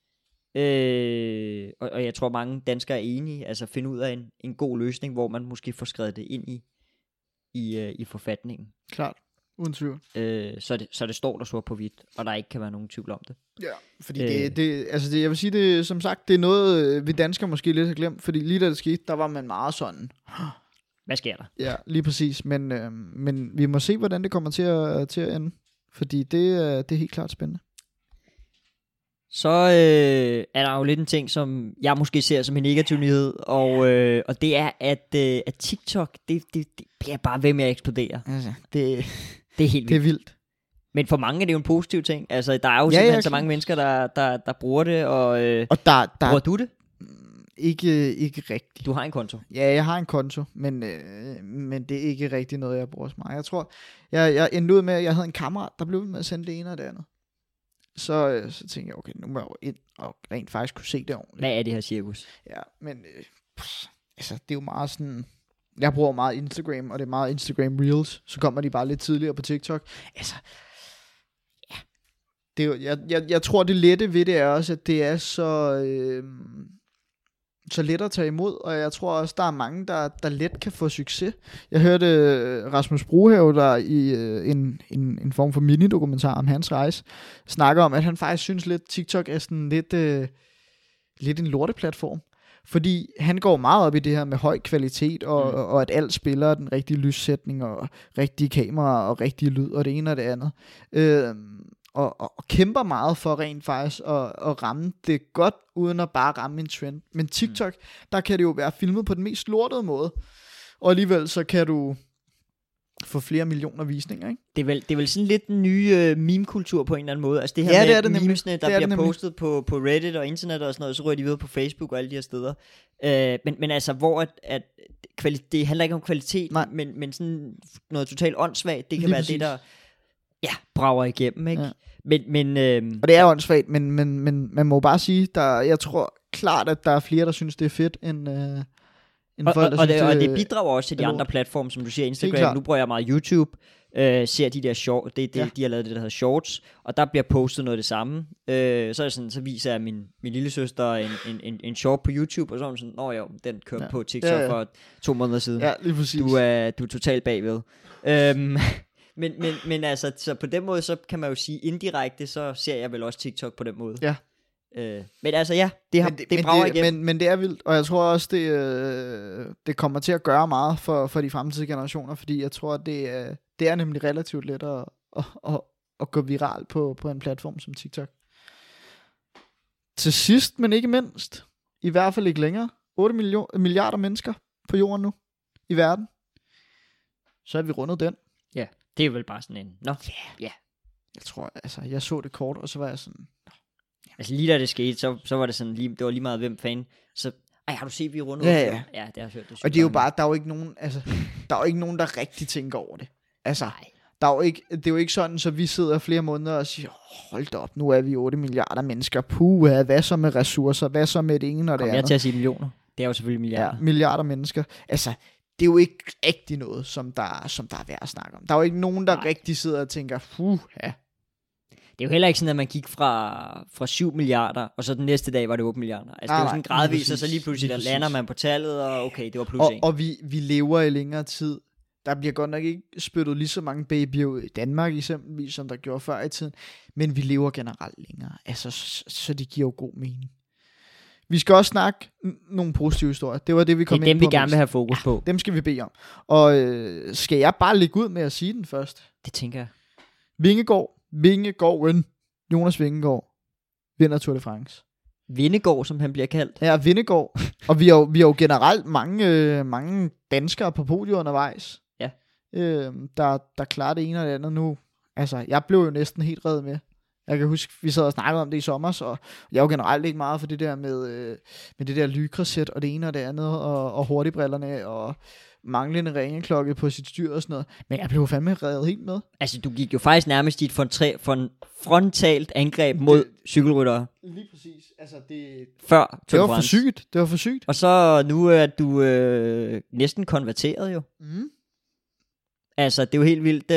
og jeg tror mange danskere er enige, altså finde ud af en god løsning, hvor man måske får skrevet det ind i forfatningen. Klart, uden tvivl. Så det står der sort på hvidt, og der ikke kan være nogen tvivl om det. Ja, fordi jeg vil sige, det, som sagt, det er noget, vi danskere måske lidt har glemt, fordi lige da det skete, der var man meget sådan... Hvad sker der? Ja, lige præcis, men vi må se, hvordan det kommer til at ende, fordi det er helt klart spændende. Så er der jo lidt en ting, som jeg måske ser som en negativ nyhed, og det er, at TikTok, det bliver bare ved med at eksplodere. Altså, det er helt vildt. Det er vildt. Men for mange er det jo en positiv ting. Altså, der er jo simpelthen så mange mennesker, der bruger det, og der bruger du det? Ikke rigtigt. Du har en konto? Ja, jeg har en konto, men det er ikke rigtig noget, jeg bruger så meget. Jeg tror, jeg endte ud med, at jeg havde en kammerat, der blev med at sende det ene og det andet. Så tænkte jeg, okay, nu må jeg jo ind og rent faktisk kunne se det ordentligt. Hvad er det her cirkus? Ja, men altså, det er jo meget sådan... Jeg bruger meget Instagram, og det er meget Instagram Reels. Så kommer de bare lidt tidligere på TikTok. Altså, ja. Det er jo, jeg tror, det lette ved det er også, at det er så let at tage imod, og jeg tror også, der er mange, der let kan få succes. Jeg hørte Rasmus Brohave, der i en form for mini-dokumentar om hans rejse, snakker om, at han faktisk synes lidt, TikTok er sådan lidt en lorteplatform. Fordi han går meget op i det her med høj kvalitet, og at alt spiller den rigtige lyssætning, og rigtige kamera, og rigtig lyd, og det ene og det andet. Og kæmper meget for rent faktisk at ramme det godt, uden at bare ramme en trend. Men TikTok, der kan det jo være filmet på den mest lortede måde. Og alligevel så kan du få flere millioner visninger, ikke? Det er vel sådan lidt en ny meme-kultur på en eller anden måde. Altså det her med memesne, der bliver postet på Reddit og internet og sådan noget, så ryger de videre på Facebook og alle de her steder. Men altså, hvor at det handler ikke om kvalitet, men sådan noget totalt åndssvagt, det kan være det, der brager igennem, ikke? Ja. Men og det er åndssvagt, men man må bare sige, jeg tror klart, at der er flere, der synes, det er fedt, end folk, der synes, og det bidrager også til de andre platforme, som du siger, Instagram. Nu bruger jeg meget YouTube, ser de der short, de har lavet det, der hedder shorts, og der bliver postet noget af det samme. Så viser jeg min lille søster en short på YouTube, og så er hun sådan, den kørte på TikTok for 2 måneder siden. Ja, lige præcis. Du er totalt bagved. Men altså, så på den måde, så kan man jo sige indirekte, så ser jeg vel også TikTok på den måde. Ja. Men altså det brager igennem. Men det er vildt, og jeg tror også, det kommer til at gøre meget for de fremtidige generationer, fordi jeg tror, at det er nemlig relativt let at gå viral på en platform som TikTok. Til sidst, men ikke mindst, i hvert fald ikke længere, 8 milliarder mennesker på jorden nu, i verden. Så er vi rundet den. Ja, det er vel bare sådan en... Ja. Jeg tror, altså, jeg så det kort, og så var jeg sådan... Altså lige da det skete, så var det sådan, det var lige meget hvem fan. Så, har du set, vi er rundet? Ja. Ja, det har jeg hørt. Det og det er jo bare, der er jo ikke nogen, altså, der er jo ikke nogen, der rigtig tænker over det. Altså, der er jo ikke, det er jo ikke sådan, så vi sidder flere måneder og siger, hold da op, nu er vi 8 milliarder mennesker. Puha, hvad så med ressourcer? Hvad så med det ene og det andet? Jeg til at sige millioner. Det er jo selvfølgelig milliarder. Ja, milliarder mennesker. Altså, det er jo ikke rigtig noget, som der er værd at snakke om. Der er jo ikke nogen, der rigtig sidder og tænker, puha. det er jo heller ikke sådan, at man gik fra 7 milliarder, og så den næste dag var det 8 milliarder. Altså, det er jo sådan gradvist, og så lige pludselig der lander man på tallet, og okay, det var plus 1. Og vi lever i længere tid. Der bliver godt nok ikke spyttet lige så mange babyer ud i Danmark eksempelvis, som der gjorde før i tiden. Men vi lever generelt længere. Altså, så det giver jo god mening. Vi skal også snakke nogle positive historier. Det var det, vi kom ind på. Det er dem, vi gerne vil have fokus på. Dem skal vi bede om. Og skal jeg bare lægge ud med at sige den først? Det tænker jeg. Vingegaard, Jonas Vingegaard, vinder Tour de France. Vindegård, som han bliver kaldt. Ja, Vingegaard. Og vi har jo generelt mange danskere på podiet undervejs. Ja. Der klarer det ene og det andet nu. Altså, jeg blev jo næsten helt reddet med. Jeg kan huske, vi sad og snakkede om det i sommer, så jeg er jo generelt ikke meget for det der med det der lykresæt og det ene og det andet, og hurtigbrillerne, og manglende ringeklokke på sit styr og sådan noget. Men jeg blev fandme reddet helt med. Altså, du gik jo faktisk nærmest i et frontalt angreb mod cykelryttere. Lige præcis. Altså, det Før var for sygt. Det var for sygt. Og så nu er du næsten konverteret jo. Mm. Altså, det er jo helt vildt,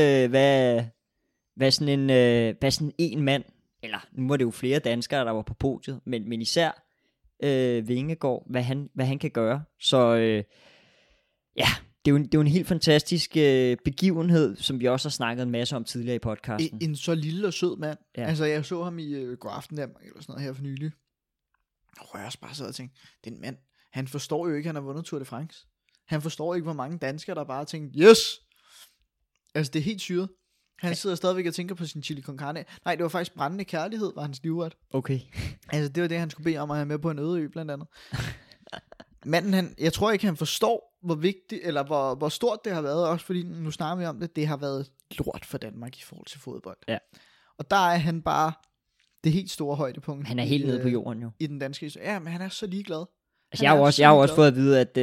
hvad sådan en mand, eller nu var det jo flere danskere, der var på podiet, men især Vingegaard, hvad han kan gøre. Så ja, det er jo en helt fantastisk begivenhed, som vi også har snakket en masse om tidligere i podcasten. En så lille og sød mand. Ja. Altså, jeg så ham i God Aften Danmark, eller sådan noget her for nylig. Og jeg også bare sad og tænkte, den mand, han forstår jo ikke, at han har vundet Tour de France. Han forstår ikke, hvor mange danskere, der bare har tænkt, yes! Altså, det er helt syret. Han sidder stadigvæk og tænker på sin chili con carne. Nej, det var faktisk brændende kærlighed, var hans livret. Okay. Altså, det var det, han skulle bede om at have med på en øde ø, blandt andet. Manden, jeg tror ikke, han forstår, hvor vigtigt, eller hvor stort det har været, også fordi, nu snakker vi om det, det har været lort for Danmark i forhold til fodbold. Ja. Og der er han bare det helt store højdepunkt. Han er helt nede på jorden jo. I den danske historie. Ja, men han er så ligeglad. Altså, jeg har jo også fået at vide, at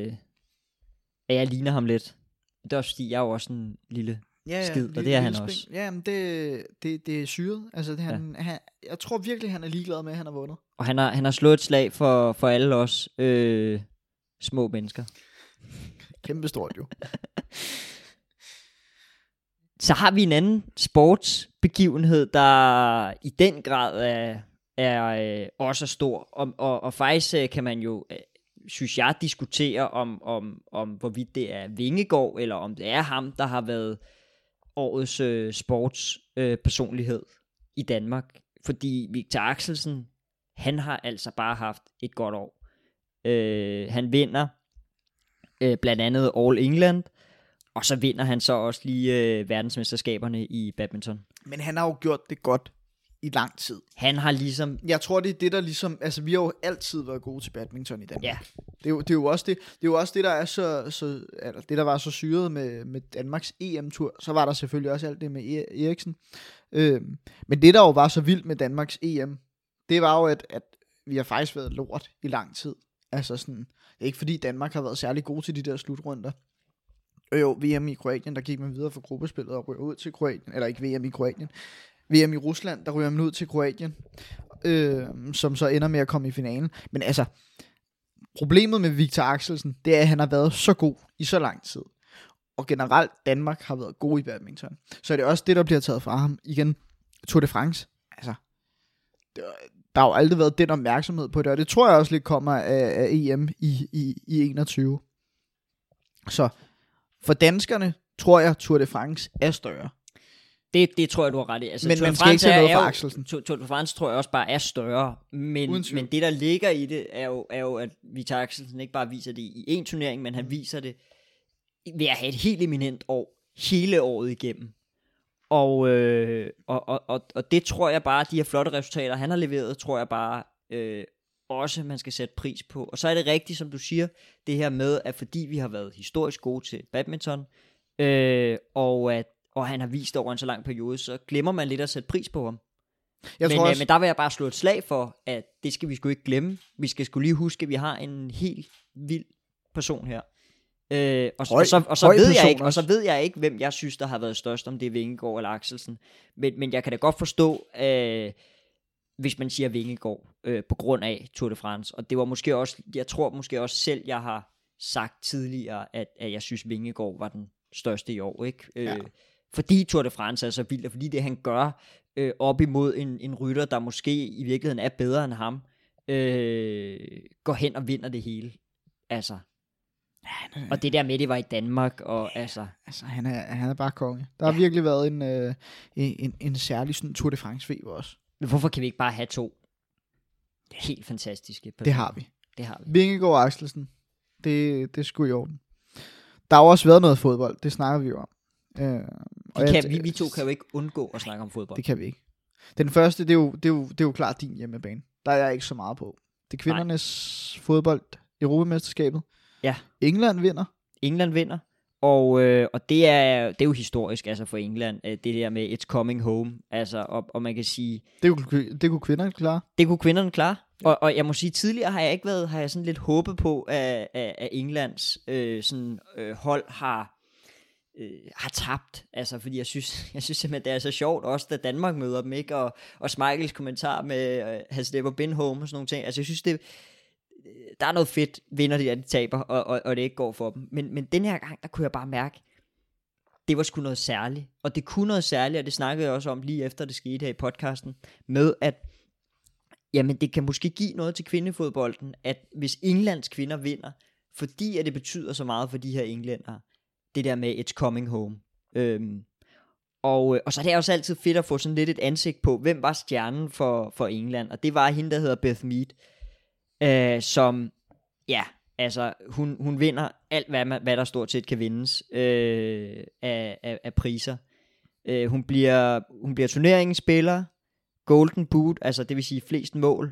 jeg ligner ham lidt. Det er også fordi, jeg er jo også en lille skid, og det er han også. Ja, men det er syret. Altså, jeg tror virkelig, han er ligeglad med, at han har vundet. Og han har slået et slag for alle os små mennesker. Kæmpe stort jo. Så har vi en anden sportsbegivenhed, der i den grad er også stor. Og faktisk kan man jo, synes jeg, diskutere om hvorvidt det er Vingegaard, eller om det er ham, der har været årets sportspersonlighed i Danmark. Fordi Victor Axelsen, han har altså bare haft et godt år. Han vinder blandt andet All England, og så vinder han så også lige verdensmesterskaberne i badminton. Men han har jo gjort det godt i lang tid. Han har ligesom... Jeg tror, det er det, der ligesom... Altså, vi har jo altid været gode til badminton i Danmark. Ja. Det er jo også det. Det er jo også det, der er så eller det, der var så syret med Danmarks EM-tur. Så var der selvfølgelig også alt det med Eriksen. Men det, der jo var så vildt med Danmarks EM, det var jo, at vi har faktisk været lort i lang tid. Altså sådan... Det er ikke fordi Danmark har været særlig gode til de der slutrunder. Jo, VM i Kroatien, der gik man videre for gruppespillet og ryger ud til Kroatien. Eller ikke VM i Kroatien. VM i Rusland, der ryger man ud til Kroatien. Som så ender med at komme i finalen. Men altså, problemet med Victor Axelsen, det er, at han har været så god i så lang tid. Og generelt, Danmark har været god i badminton. Så er det også det, der bliver taget fra ham. Igen, Tour de France. Altså, der har jo aldrig været den opmærksomhed på det, og det tror jeg også lidt kommer af EM i 21. Så for danskerne tror jeg, Tour de France er større. Det tror jeg, du har ret i. Altså, men man skal ikke tage noget for Axelsen. Tour de France tror jeg også bare er større, men det, der ligger i det, er jo at Victor Axelsen ikke bare viser det i en turnering, men han viser det ved at have et helt eminent år, hele året igennem. Og det tror jeg bare, de her flotte resultater, han har leveret, tror jeg bare også, man skal sætte pris på. Og så er det rigtigt, som du siger, det her med, at fordi vi har været historisk gode til badminton, og han har vist over en så lang periode, så glemmer man lidt at sætte pris på ham. Men der vil jeg bare slå et slag for, at det skal vi sgu ikke glemme. Vi skal sgu lige huske, at vi har en helt vild person her. Og så ved jeg ikke, hvem jeg synes, der har været størst, om det er Vingegaard eller Axelsen. Men jeg kan da godt forstå, hvis man siger Vingegaard, på grund af Tour de France. Og det var måske også, jeg tror måske også selv, jeg har sagt tidligere, at jeg synes, Vingegaard var den største i år, ikke? Ja. fordi Tour de France er så vildt, og fordi det han gør op imod en rytter, der måske i virkeligheden er bedre end ham, går hen og vinder det hele. Altså. Og det der med, det var i Danmark, og altså han er bare konge. Der har virkelig været en særlig sådan Tour de France-feber også. Men hvorfor kan vi ikke bare have 2 helt fantastiske personer? Det har vi. Vingegaard og Axelsen. Det er sgu i orden. Der har også været noget fodbold, det snakker vi jo om. Vi to kan jo ikke undgå at snakke om fodbold. Det kan vi ikke. Den første, det er jo klart din hjemmebane. Der er jeg ikke så meget på. Det er kvindernes fodbold, Europamesterskabet. Ja. England vinder. Og det er jo historisk, altså for England, det der med It's Coming Home, altså, og man kan sige... Det kunne kvinderne klare. Det kunne kvinderne klare, ja. Og jeg må sige, tidligere har jeg sådan lidt håbet på, at Englands hold har tabt, altså fordi jeg synes simpelthen, det er så sjovt, også da Danmark møder dem, ikke, og Schmeichels kommentar med has never been home og sådan nogle ting, altså jeg synes der er noget fedt, vinder de taber, og det ikke går for dem. Men den her gang, der kunne jeg bare mærke, det var sgu noget særligt. Og det kunne noget særligt, og det snakkede jeg også om lige efter det skete her i podcasten, med at, jamen det kan måske give noget til kvindefodbolden, at hvis Englands kvinder vinder, fordi at det betyder så meget for de her englændere, det der med It's Coming Home. Og så er det også altid fedt at få sådan lidt et ansigt på, hvem var stjernen for England, og det var hende, der hedder Beth Mead, som, ja, altså, hun vinder alt, hvad der stort set kan vindes af priser. Hun bliver turneringens spiller, Golden Boot, altså det vil sige flest mål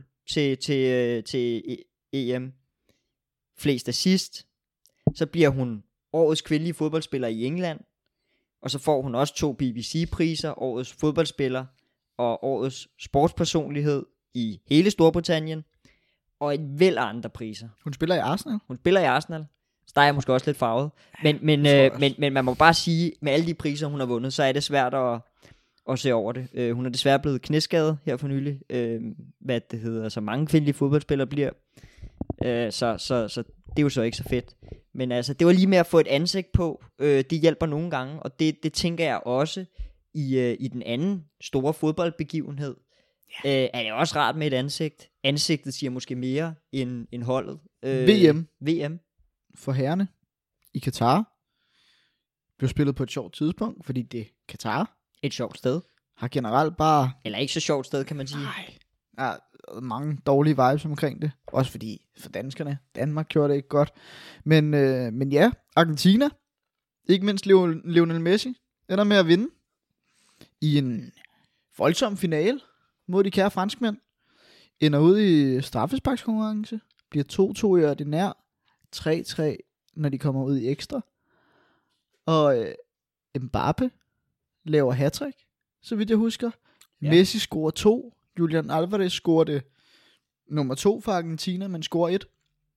til EM, flest assist. Så bliver hun årets kvindelige fodboldspiller i England, og så får hun også 2 BBC-priser, årets fodboldspiller og årets sportspersonlighed i hele Storbritannien. Og et væld af andre priser. Hun spiller i Arsenal. Så der er jeg måske også lidt farvet. Men man må bare sige, med alle de priser, hun har vundet, så er det svært at se over det. Hun er desværre blevet knæskadet her for nylig. Hvad det hedder, så mange kvindelige fodboldspillere bliver. Så det er jo så ikke så fedt. Men altså, det var lige med at få et ansigt på. Det hjælper nogle gange. Og det tænker jeg også i den anden store fodboldbegivenhed. Er det også rart med et ansigt. Ansigtet siger måske mere end holdet. VM for herrene i Katar blev spillet på et sjovt tidspunkt, fordi det er Katar. Et sjovt sted. Har generelt bare... Eller ikke så sjovt sted, kan man sige. Nej. Ja, mange dårlige vibes omkring det. Også fordi for danskerne, Danmark gjorde det ikke godt. Men ja, Argentina, ikke mindst Lionel Messi, ender med at vinde i en voldsom finale mod de kære franskmænd. Ender ud i straffesparkskonkurrence. Bliver 2-2 i ordinær. 3-3, når de kommer ud i ekstra. Og Mbappe laver hattrick, så vidt jeg husker. Ja. Messi scorer 2. Julian Alvarez scorer det nummer 2 for Argentina, men scorer 1.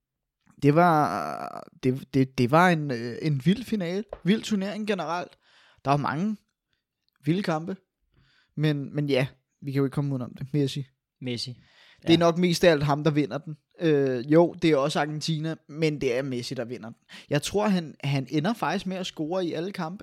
Det var en vild finale. Vild turnering generelt. Der var mange vilde kampe. Men ja, vi kan jo ikke komme ud om det. Messi. Ja. Det er nok mest af alt ham, der vinder den. Jo, det er også Argentina, men det er Messi, der vinder den. Jeg tror, han ender faktisk med at score i alle kampe.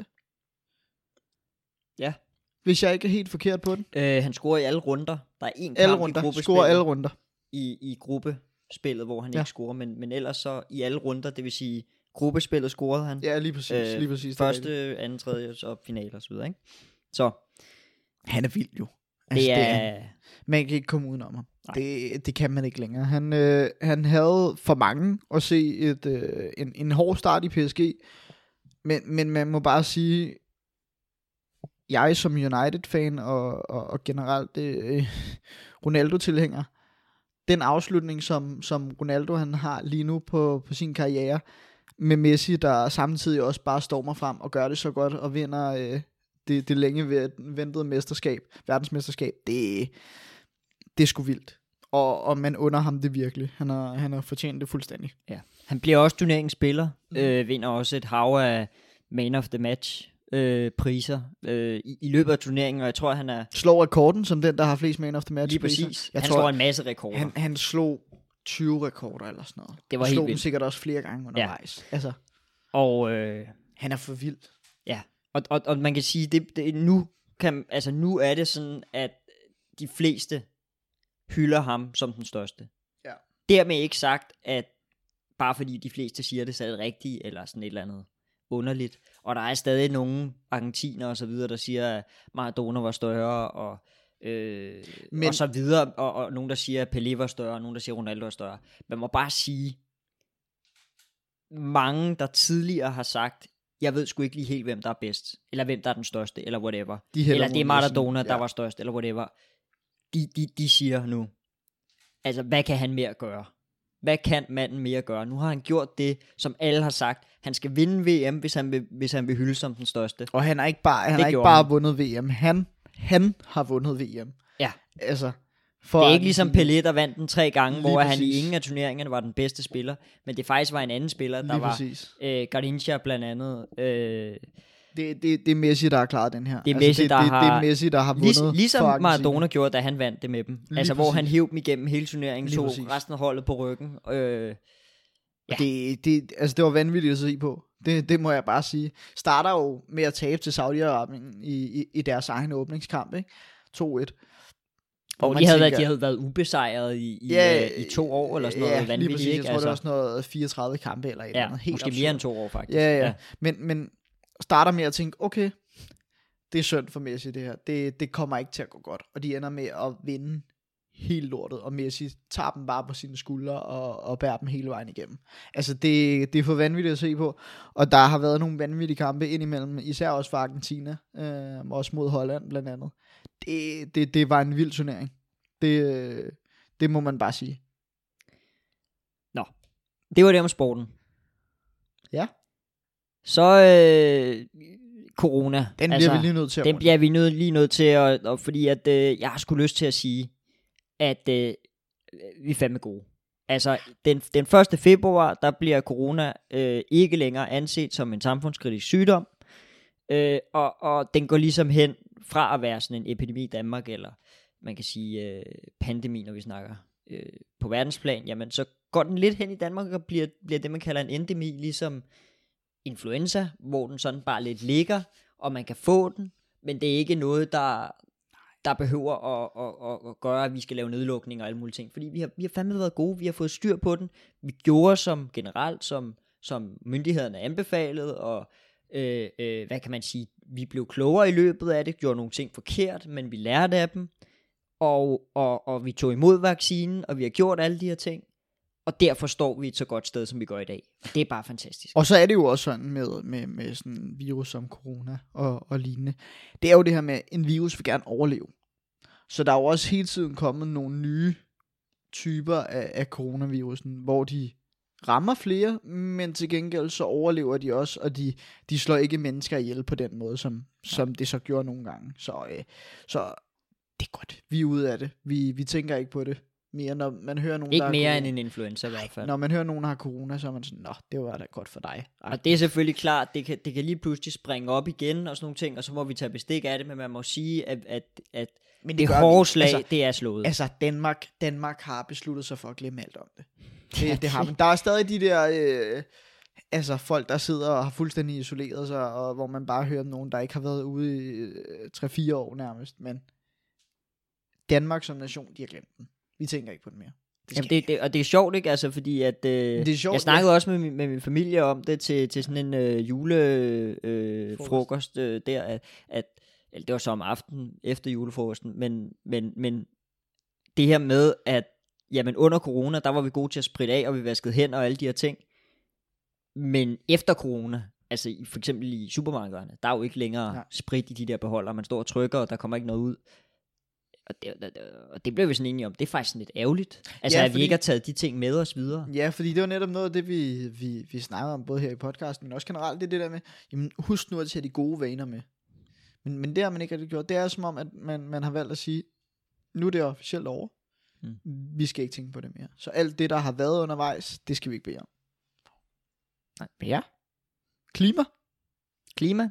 Ja. Hvis jeg ikke er helt forkert på den. Han scorer i alle runder. Der er en kamp i gruppespillet. Scorer alle runder. I gruppespillet, hvor han ikke scorer, men ellers så i alle runder, det vil sige, gruppespillet scorede han. Ja, lige præcis. Første, anden, tredje, så finale og så videre, ikke? Så. Han er vild jo. Altså, man kan ikke komme udenom ham. Det kan man ikke længere. Han havde for mange at se en hård start i PSG, men man må bare sige, jeg som United-fan og generelt Ronaldo-tilhænger, den afslutning, som Ronaldo han har lige nu på sin karriere, med Messi, der samtidig også bare stormer frem og gør det så godt og vinder det længe ventede mesterskab, verdensmesterskab, det er sgu vildt. Og man under ham det virkelig. Han har fortjent det fuldstændig. Ja. Han bliver også turneringsspiller, vinder også et hav af man of the match priser i løbet af turneringen, og jeg tror, han er... Slår rekorden som den, der har flest man of the match lige priser. Præcis. Han slår en masse rekorder. Han slog 20 rekorder eller sådan noget. Det var helt vildt. Slog dem sikkert også flere gange undervejs. Ja. Altså, og han er for vild. Ja. Og man kan sige, nu er det sådan, at de fleste hylder ham som den største. Ja. Dermed ikke sagt, at bare fordi de fleste siger det, så er det rigtigt, eller sådan et eller andet underligt. Og der er stadig nogle argentiner og så videre, der siger, at Maradona var større, og så videre, og nogen, der siger, at Pelé var større, og nogen, der siger, at Ronaldo var større. Man må bare sige, mange, der tidligere har sagt, jeg ved sgu ikke lige helt, hvem der er bedst, eller hvem der er den største, eller whatever. Eller det er Maradona, der var størst, eller whatever. De siger nu, altså, hvad kan han mere gøre? Hvad kan manden mere gøre? Nu har han gjort det, som alle har sagt. Han skal vinde VM, hvis han vil hylde som den største. Og han har ikke bare vundet VM. Han har vundet VM. Ja. Altså, det er ikke ligesom Pelé, der vandt den 3 gange, hvor han i ingen af turneringerne var den bedste spiller. Men det faktisk var en anden spiller, der var Garrincha blandt andet. Det er Messi, der har klaret den her. Det er Messi, det er Messi, der har vundet ligesom Maradona gjorde, da han vandt det med dem. Altså, hvor han hævde dem igennem hele turneringen, så resten af holdet på ryggen. Ja. Det var vanvittigt at se på. Det må jeg bare sige. Starter jo med at tabe til Saudi-Arabien i deres egen åbningskamp, ikke? 2-1. Og de havde været ubesejret i 2 år, eller sådan noget vanvittigt, ikke? Jeg tror, det var sådan noget 34 kampe, eller et eller andet. Helt måske mere end 2 år, faktisk. Ja. Men starter med at tænke, okay, det er synd for Messi, det her. Det kommer ikke til at gå godt. Og de ender med at vinde helt lortet, og Messi tager dem bare på sine skuldre og bærer dem hele vejen igennem. Altså, det er for vanvittigt at se på. Og der har været nogle vanvittige kampe indimellem, især også for Argentina, også mod Holland blandt andet. Det var en vild turnering. Det må man bare sige. Nå, det var det om sporten. Ja. Så corona. Den bliver vi lige nødt til at Den bliver vi lige nødt til, og fordi at jeg har sgu lyst til at sige, at vi er fandme gode. Altså, den 1. februar, der bliver corona ikke længere anset som en samfundskritisk sygdom, og den går ligesom hen fra at være sådan en epidemi i Danmark, eller man kan sige pandemi, når vi snakker på verdensplan, jamen så går den lidt hen i Danmark og bliver det, man kalder en endemi, ligesom influenza, hvor den sådan bare lidt ligger, og man kan få den, men det er ikke noget, der behøver at gøre, at vi skal lave nedlukning og alle mulige ting, fordi vi har fandme været gode, vi har fået styr på den, vi gjorde som myndighederne anbefalede, og hvad kan man sige, vi blev klogere i løbet af det, gjorde nogle ting forkert, men vi lærte af dem, og vi tog imod vaccinen, og vi har gjort alle de her ting, og derfor står vi et så godt sted, som vi gør i dag. Det er bare fantastisk. Og så er det jo også sådan med sådan en virus som corona og lignende. Det er jo det her med, at en virus vil gerne overleve. Så der er jo også hele tiden kommet nogle nye typer af coronavirusen, hvor de rammer flere, men til gengæld så overlever de også, og de slår ikke mennesker ihjel på den måde, som det så gjorde nogle gange. Så det er godt. Vi er ude af det. Vi tænker ikke på det mere, når man hører nogen, ikke mere end en influenza i hvert fald. Når man hører nogen, der har corona, så er man sådan, nå, det var da godt for dig. Og det er selvfølgelig klart, det kan lige pludselig springe op igen og sådan nogle ting, og så må vi tage bestik af det, men man må sige, at men det hårde slag, altså, det er slået. Altså, Danmark har besluttet sig for at glemme alt om det. Det har man. Der er stadig de der folk, der sidder og har fuldstændig isoleret sig, og hvor man bare hører nogen, der ikke har været ude i 3-4 år nærmest, men Danmark som nation, de har glemt den. Vi tænker ikke på det mere. Og det er sjovt, ikke? Altså, fordi at jeg snakkede også med min familie om det til sådan en julefrokost der, at det var så om aftenen efter julefrokosten, men det her med, at jamen under corona, der var vi gode til at spritte af, og vi vaskede hænder og alle de her ting, men efter corona, altså for eksempel i supermarkederne, der er jo ikke længere sprit i de der beholdere, man står og trykker, og der kommer ikke noget ud. Og det blev vi sådan enige om. Det er faktisk sådan lidt ærgerligt. Altså, at vi ikke har taget de ting med os videre. Ja, fordi det var netop noget af det, vi snakkede om, både her i podcasten, men også generelt, det der med, jamen, husk nu at tage de gode vaner med. Men det har man ikke rigtig gjort. Det er som om, at man har valgt at sige, nu er det officielt over. Vi skal ikke tænke på det mere. Så alt det, der har været undervejs, det skal vi ikke bede om. Nej, ja. Klima.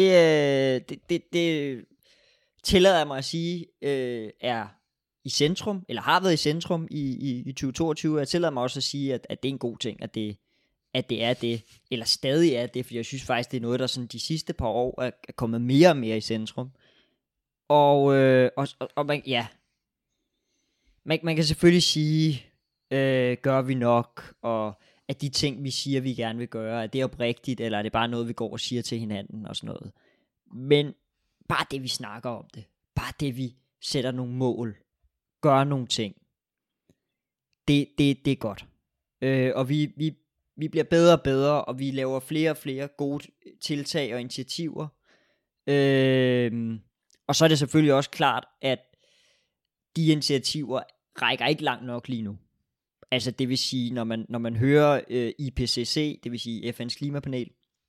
Det tillader jeg mig at sige, er i centrum, eller har været i centrum i 2022. Jeg tillader mig også at sige, at det er en god ting, at det at det er det, eller stadig er det, for jeg synes faktisk, det er noget, der sådan de sidste par år er kommet mere og mere i centrum. Og man, ja, man kan selvfølgelig sige, gør vi nok, og at de ting, vi siger, vi gerne vil gøre, er det oprigtigt, eller er det bare noget, vi går og siger til hinanden, og sådan noget. Men bare det, vi snakker om det, bare det, vi sætter nogle mål, gør nogle ting, det er godt. Og vi bliver bedre og bedre, og vi laver flere og flere gode tiltag og initiativer. Og så er det selvfølgelig også klart, at de initiativer rækker ikke langt nok lige nu. Altså det vil sige, når man hører IPCC, det vil sige FN's klimapanel,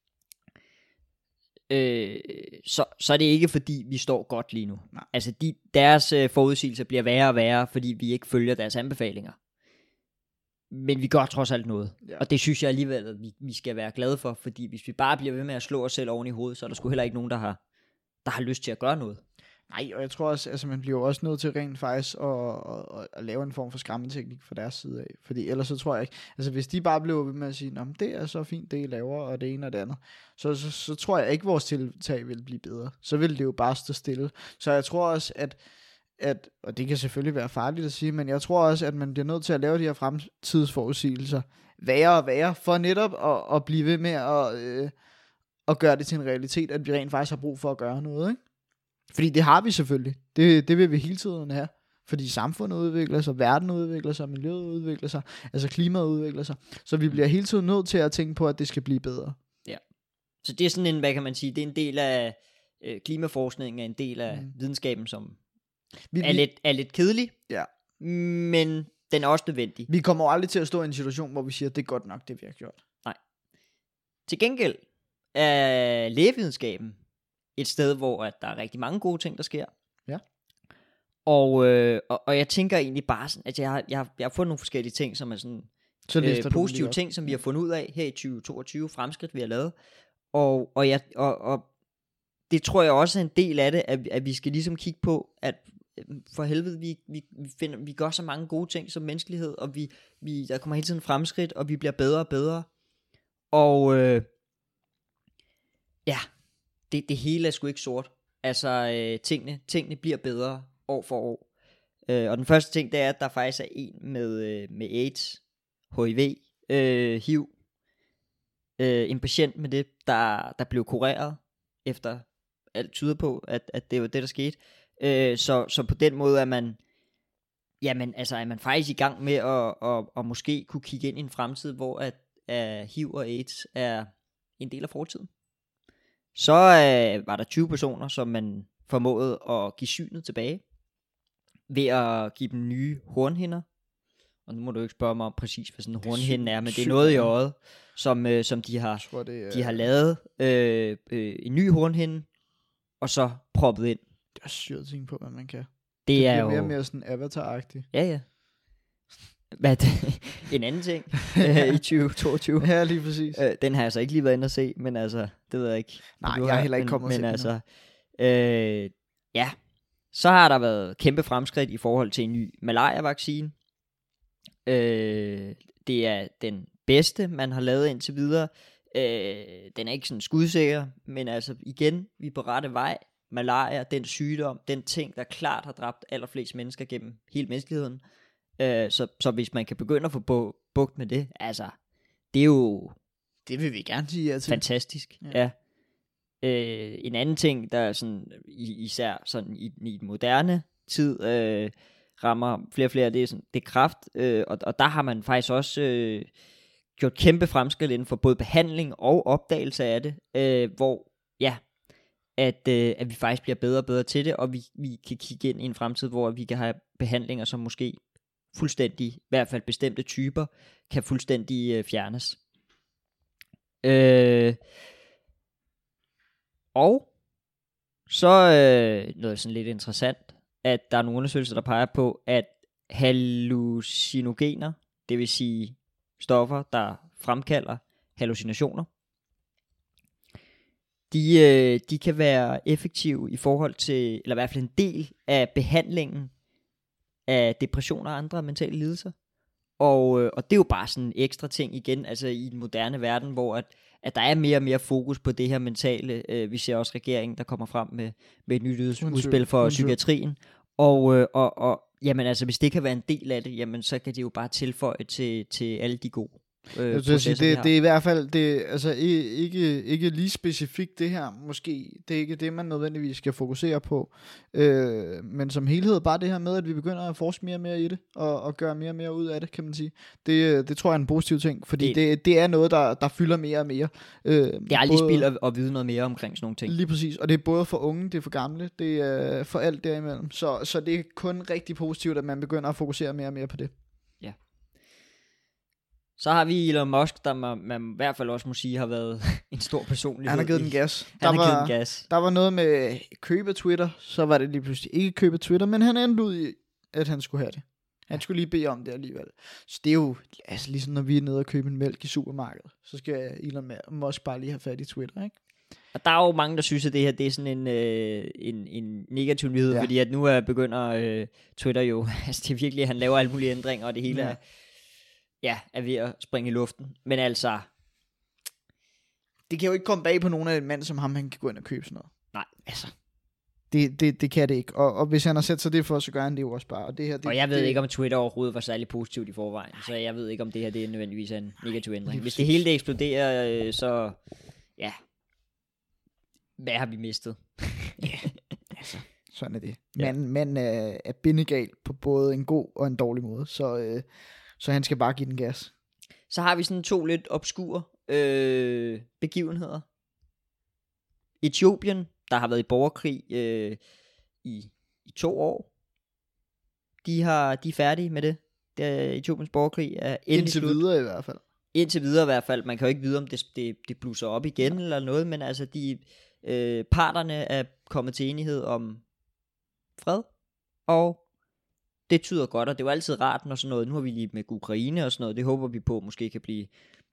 så er det ikke fordi, vi står godt lige nu. Nej. Altså deres forudsigelser bliver værre og værre, fordi vi ikke følger deres anbefalinger. Men vi gør trods alt noget. Ja. Og det synes jeg alligevel, at vi skal være glade for, fordi hvis vi bare bliver ved med at slå os selv oven i hovedet, så er der sgu heller ikke nogen, der har lyst til at gøre noget. Nej, og jeg tror også, altså man bliver også nødt til rent faktisk at lave en form for skræmmeteknik fra deres side af. Fordi ellers så tror jeg ikke, altså hvis de bare bliver ved med at sige, det er så fint, det I laver, og det ene og det andet, så tror jeg ikke, vores tiltag vil blive bedre. Så vil det jo bare stå stille. Så jeg tror også, at og det kan selvfølgelig være farligt at sige, men jeg tror også, at man bliver nødt til at lave de her fremtidsforudsigelser værre og værre, for netop at blive ved med at gøre det til en realitet, at vi rent faktisk har brug for at gøre noget, ikke? Fordi det har vi selvfølgelig. Det vil vi hele tiden have. Fordi samfundet udvikler sig, verden udvikler sig, miljøet udvikler sig, altså klimaet udvikler sig. Så vi bliver hele tiden nødt til at tænke på, at det skal blive bedre. Ja. Så det er sådan en, hvad kan man sige, det er en del af klimaforskningen, er en del af videnskaben, som er lidt kedelig. Ja. Men den er også nødvendig. Vi kommer aldrig til at stå i en situation, hvor vi siger, at det er godt nok, det vi har gjort. Nej. Til gengæld er lægevidenskaben et sted, hvor at der er rigtig mange gode ting, der sker. Ja. Og jeg tænker egentlig bare sådan, at jeg har fundet nogle forskellige ting, som er sådan positive ting, som vi har fundet ud af her i 2022, fremskridt vi har lavet. Og det tror jeg også er en del af det, at vi skal ligesom kigge på, at for helvede, vi gør så mange gode ting som menneskelighed, og der kommer hele tiden fremskridt, og vi bliver bedre og bedre. Og ja, det hele er sgu ikke sort. Altså tingene bliver bedre år for år. Og den første ting, det er, at der faktisk er en med AIDS, HIV, HIV, en patient med det, der blev kureret, efter alt tyder på, at det var det, der skete. Så på den måde er man, jamen, altså er man faktisk i gang med at måske kunne kigge ind i en fremtid, hvor at HIV og AIDS er en del af fortiden. Så var der 20 personer, som man formåede at give synet tilbage, ved at give dem nye hornhinder. Og nu må du ikke spørge mig om præcis, hvad sådan en hornhinde er, men det er noget i øjet, som de har lavet en ny hornhinde, og så proppet ind. Det er sygt ting på, hvad man kan. Det er jo mere og mere sådan Avatar-agtigt. Ja. Hvad en anden ting i 2022. Ja, lige præcis. Den har jeg så ikke lige været inde at se, men altså, det ved jeg ikke. Nej, jeg har heller ikke kommet men altså, ja. Så har der været kæmpe fremskridt i forhold til en ny malaria-vaccine. Det er den bedste, man har lavet indtil videre. Den er ikke sådan skudsikker, men altså igen, vi er på rette vej. Malaria, den sygdom, den ting, der klart har dræbt allerflest mennesker gennem hele menneskeligheden. Så hvis man kan begynde at få bugt med det, altså, det er jo... Det vil vi gerne sige, ja til. Fantastisk, ja. En anden ting, der er sådan, især sådan i den moderne tid, rammer flere og flere, det er kræft, og der har man faktisk også gjort kæmpe fremskridt inden for både behandling og opdagelse af det, hvor ja, at vi faktisk bliver bedre og bedre til det, og vi kan kigge ind i en fremtid, hvor vi kan have behandlinger, som måske fuldstændig, i hvert fald bestemte typer, kan fuldstændig fjernes. Og så noget sådan lidt interessant, at der er nogle undersøgelser, der peger på, at hallucinogener, det vil sige stoffer, der fremkalder hallucinationer, de kan være effektive i forhold til, eller i hvert fald en del af behandlingen af depression og andre mentale lidelser. Og det er jo bare sådan en ekstra ting igen, altså i den moderne verden, hvor at der er mere og mere fokus på det her mentale. Vi ser også regeringen, der kommer frem med et nyt udspil for psykiatrien. Og jamen altså, hvis det kan være en del af det, jamen så kan det jo bare tilføje til alle de gode processer, det er i hvert fald, det, altså ikke lige specifikt det her, måske, det er ikke det, man nødvendigvis skal fokusere på, men som helhed bare det her med, at vi begynder at forske mere og mere i det, og gøre mere og mere ud af det, kan man sige. Det tror jeg er en positiv ting, fordi det er noget, der fylder mere og mere. Det er aldrig spild at vide noget mere omkring sådan nogle ting. Lige præcis, og det er både for unge, det er for gamle, det er for alt derimellem, så det er kun rigtig positivt, at man begynder at fokusere mere og mere på det. Så har vi Elon Musk, der man i hvert fald også må sige har været en stor personlighed. Han har givet den gas. Der var noget med køb af Twitter, så var det lige pludselig ikke køb af Twitter, men han endte ud i, at han skulle have det. Han skulle lige bede om det alligevel. Så det er jo altså ligesom når vi er nede og købe en mælk i supermarkedet, så skal Elon Musk bare lige have fat i Twitter, ikke? Og der er jo mange, der synes, at det her det er sådan en negativ nyhed, fordi at nu begynder Twitter jo, altså det er virkelig, han laver alle mulige ændringer, og det hele er ved at springe i luften. Men altså, det kan jo ikke komme bag på nogen af en mand som ham, han kan gå ind og købe sådan noget. Nej. Altså, det kan det ikke. Og hvis han har sat sig det for, så gør han det jo også bare. Og, det her, og jeg ved ikke, om Twitter overhovedet var særlig positivt i forvejen. Så jeg ved ikke, om det her det er nødvendigvis en negativ ændring. Hvis det hele det eksploderer, så hvad har vi mistet? Altså, sådan er det. Man er bindegal på både en god og en dårlig måde. Så han skal bare give den gas. Så har vi sådan 2 lidt obskure begivenheder. Etiopien, der har været i borgerkrig i 2 år. De er færdige med det. Etiopiens borgerkrig er endelig slut. Indtil videre i hvert fald. Indtil videre i hvert fald. Man kan jo ikke vide, om det blusser op igen eller noget, men altså parterne er kommet til enighed om fred, og det tyder godt, og det er jo altid rart, når sådan noget, nu har vi lige med Ukraine og sådan noget, det håber vi på, måske kan blive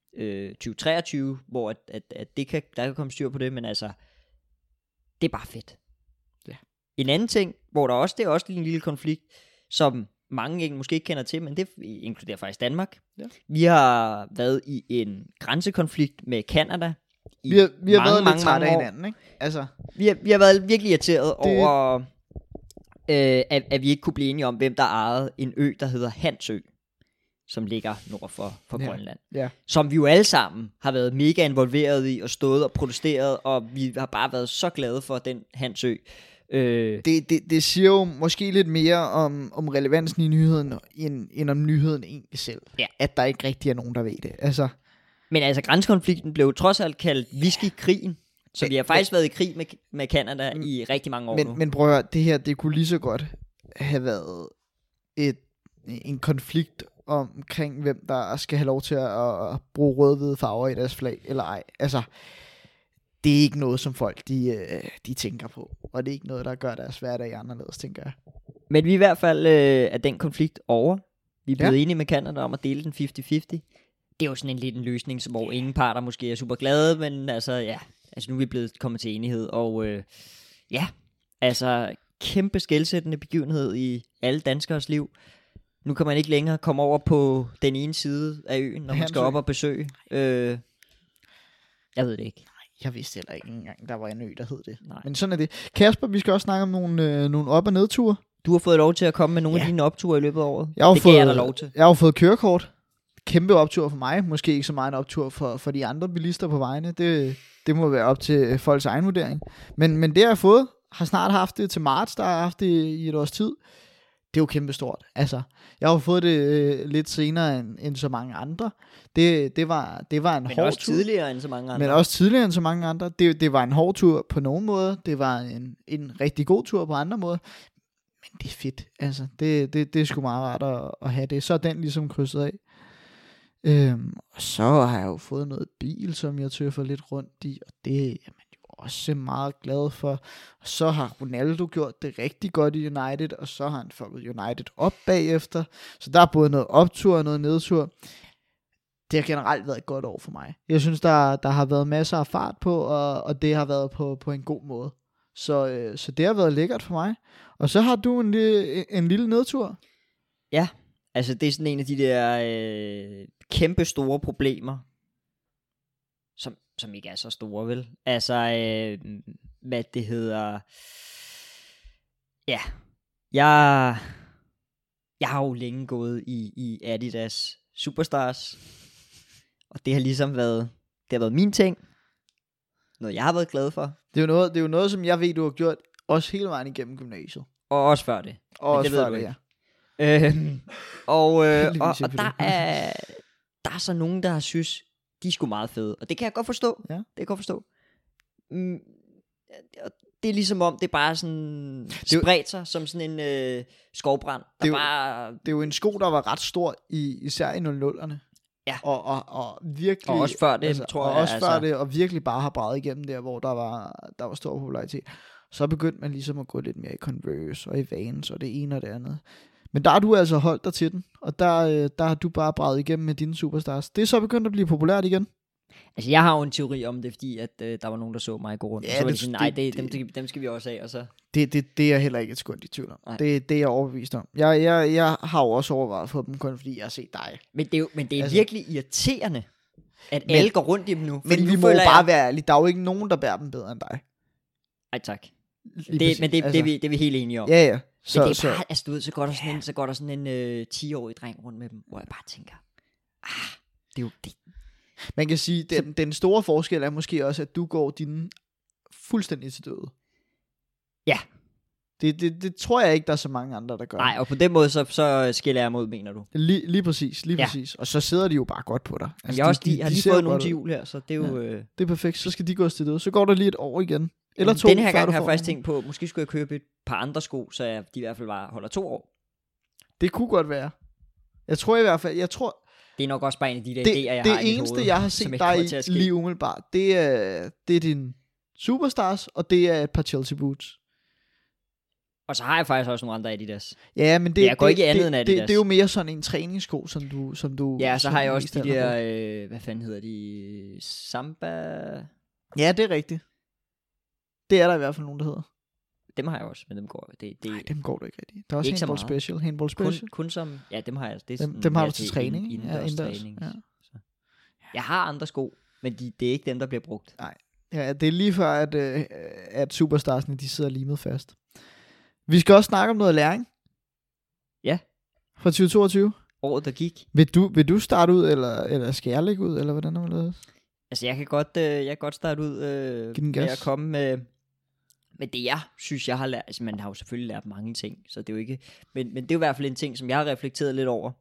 2023, hvor at der kan komme styr på det, men altså, det er bare fedt. Ja. En anden ting, hvor det er også lige en lille konflikt, som mange måske ikke kender til, men det inkluderer faktisk Danmark. Ja. Vi har været i en grænsekonflikt med Canada. Vi har været lidt trætte af hinanden, ikke? Altså. Vi har været virkelig irriteret over at vi ikke kunne blive enige om, hvem der ejede en ø, der hedder Hans Ø, som ligger nord for Grønland. Ja. Som vi jo alle sammen har været mega involveret i, og stået og protesteret, og vi har bare været så glade for den Hans Ø. Det siger jo måske lidt mere om relevansen i nyheden, end om nyheden egentlig selv. Ja. At der ikke rigtig er nogen, der ved det. Altså. Men altså, grænsekonflikten blev trods alt kaldt whiskykrigen. Så vi har faktisk været i krig med Canada i rigtig mange år nu. Men prøv at høre, det her, det kunne lige så godt have været en konflikt omkring, hvem der skal have lov til at bruge rød-hvide farver i deres flag, eller ej. Altså, det er ikke noget, som folk de tænker på. Og det er ikke noget, der gør deres hverdag anderledes, tænker jeg. Men vi er i hvert fald af den konflikt over. Vi er blevet enige med Canada om at dele den 50-50. Det er jo sådan en lille løsning, hvor ingen parter måske er super glade, men altså nu er vi blevet kommet til enighed, og altså kæmpe skelsættende begivenhed i alle danskers liv. Nu kan man ikke længere komme over på den ene side af øen, når man skal op og besøge. Jeg ved det ikke. Jeg vidste heller ikke engang, der var en ø, der hed det. Nej. Men sådan er det. Kasper, vi skal også snakke om nogle op- og nedture. Du har fået lov til at komme med nogle af dine opture i løbet af året. Jeg har fået kørekort. Kæmpe optur for mig. Måske ikke så meget en optur for de andre bilister på vejene. Det må være op til folks egen vurdering. Men det har jeg fået. Har snart haft det til marts, der har haft det i et års tid. Det er jo kæmpe stort. Altså, jeg har fået det lidt senere end så mange andre. Det var en hård tur. Men også tidligere end så mange andre. Men også tidligere end så mange andre. Det var en hård tur på nogle måder. Det var en rigtig god tur på andre måder. Men det er fedt. Altså, det er sgu meget rart at have det. Så er den ligesom krydset af. Og så har jeg jo fået noget bil, som jeg tøffer lidt rundt i. Og det er jeg også meget glad for. Og så har Ronaldo gjort det rigtig godt i United. Og så har han fucket United op bagefter. Så der er både noget optur og noget nedtur. Det har generelt været et godt år for mig. Jeg synes, der har været masser af fart på, og det har været på en god måde. Så det har været lækkert for mig. Og så har du en lille nedtur. Ja, Altså, det er sådan en af de der kæmpe store problemer, som ikke er så store, vel? Altså, hvad det hedder... Ja, jeg har jo længe gået i Adidas Superstars, og det har ligesom været min ting. Noget, jeg har været glad for. Det er jo noget, som jeg ved, du har gjort også hele vejen igennem gymnasiet. Og også før det. Og også før det, ja. Og der er så nogen, der har synes, de er sgu meget fede. Og det kan jeg godt forstå. Ja. Det kan jeg godt forstå. Det er ligesom om, det er bare sådan spredt sig som sådan en skovbrand. Det er jo en sko, der var ret stor, især i 00'erne. Ja. Og virkelig... Og også før det, tror jeg. Og også før det, og virkelig bare har bredt igennem der, hvor der var stor popularitet. Så begyndte man ligesom at gå lidt mere i Converse og i Vans og det ene og det andet. Men der har du altså holdt dig til den, og der har du bare bredt igennem med dine Superstars. Det er så begyndt at blive populært igen. Altså, jeg har jo en teori om det, fordi at der var nogen, der så mig gå rundt. Ja, og så var de sådan, nej, dem skal vi også have. Og så... Det er jeg heller ikke et sekund i tvivl om. Det er jeg overbevist om. Jeg har jo også overvejet at få dem, kun fordi jeg har set dig. Men det er altså, virkelig irriterende, at alle går rundt i dem nu. Men vi må bare være ærlige. Der er jo ikke nogen, der bærer dem bedre end dig. Ej, tak. Det er vi helt enige om. Ja. Så, men det er bare, altså du ved, så går der sådan en 10-årig dreng rundt med dem, hvor jeg bare tænker, det er jo det. Man kan sige, den store forskel er måske også, at du går dine fuldstændig til døde. Ja. Det tror jeg ikke, der er så mange andre, der gør. Nej, og på den måde, så skiller jeg mod, mener du? Lige præcis. Og så sidder de jo bare godt på dig. Altså, jeg har lige fået nogle til jul her, så det er jo... Det er perfekt, så skal de gå til døde. Så går der lige et år igen. Eller 2. Denne her gang har jeg faktisk tænkt på, måske skulle jeg købe et par andre sko, så de i hvert fald bare holder 2 år. Det kunne godt være. Jeg tror i hvert fald, det er nok også bare en af de der idéer, jeg har i mit hoved. Det eneste, jeg har set dig i lige umiddelbart, det er din Superstars, og det er et par Chelsea boots. Og så har jeg faktisk også nogle andre Adidas. Ja, men jeg går ikke andet end Adidas. Det er jo mere sådan en træningssko, som du... Ja, så har jeg også de der, hvad fanden hedder de? Samba... Ja, det er rigtigt. Det er der i hvert fald nogen, der hedder. Dem har jeg også, men dem går... Nej, dem går du ikke rigtigt. Der er også handball special. Kun som... Ja, dem har jeg. Det er dem har du til træning. Indendørs træning. Ja. Jeg har andre sko, men det er ikke dem, der bliver brugt. Nej. Ja, det er lige før, at Superstarsene, de sidder limet fast. Vi skal også snakke om noget læring. Ja. Fra 2022. Året, der gik. Vil du starte ud, eller skal jeg lægge ud, eller hvordan er det? Altså, jeg kan godt starte ud med at komme med det, jeg synes, jeg har lært. Altså, man har jo selvfølgelig lært mange ting, så det er jo ikke... Men det er jo i hvert fald en ting, som jeg har reflekteret lidt over.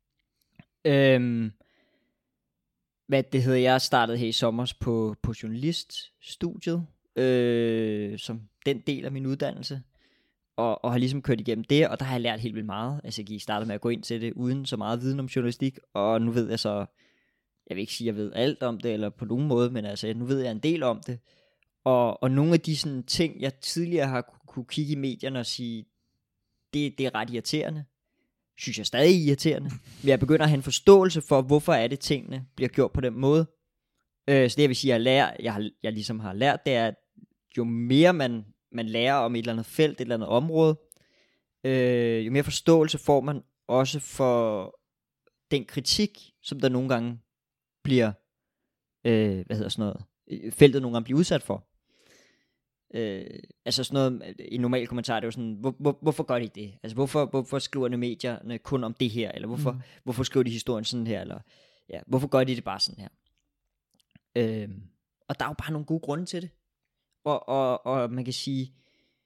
Hvad det hedder, jeg startede her i sommer på journaliststudiet, som den del af min uddannelse, og har ligesom kørt igennem det, og der har jeg lært helt vildt meget. Altså, jeg startede med at gå ind til det, uden så meget viden om journalistik, og nu ved jeg så... Jeg vil ikke sige, at jeg ved alt om det, eller på nogen måde, men altså, nu ved jeg en del om det. Og nogle af de sådan, ting, jeg tidligere har kunne kigge i medierne og sige, det er ret irriterende. Synes jeg stadig irriterende. Men jeg begynder at have en forståelse for, hvorfor er det, tingene bliver gjort på den måde. Så det, jeg vil sige, jeg ligesom har lært, det er, at jo mere man lærer om et eller andet felt, et eller andet område, jo mere forståelse får man også for den kritik, som der nogle gange bliver, feltet nogle gange bliver udsat for. Altså sådan noget, en normal kommentar, det er jo sådan, hvorfor gør de det? Altså hvorfor skriver de medierne kun om det her? Eller hvorfor skriver de historien sådan her? Eller ja, hvorfor gør de det bare sådan her? Og der er jo bare nogle gode grunde til det. Og man kan sige,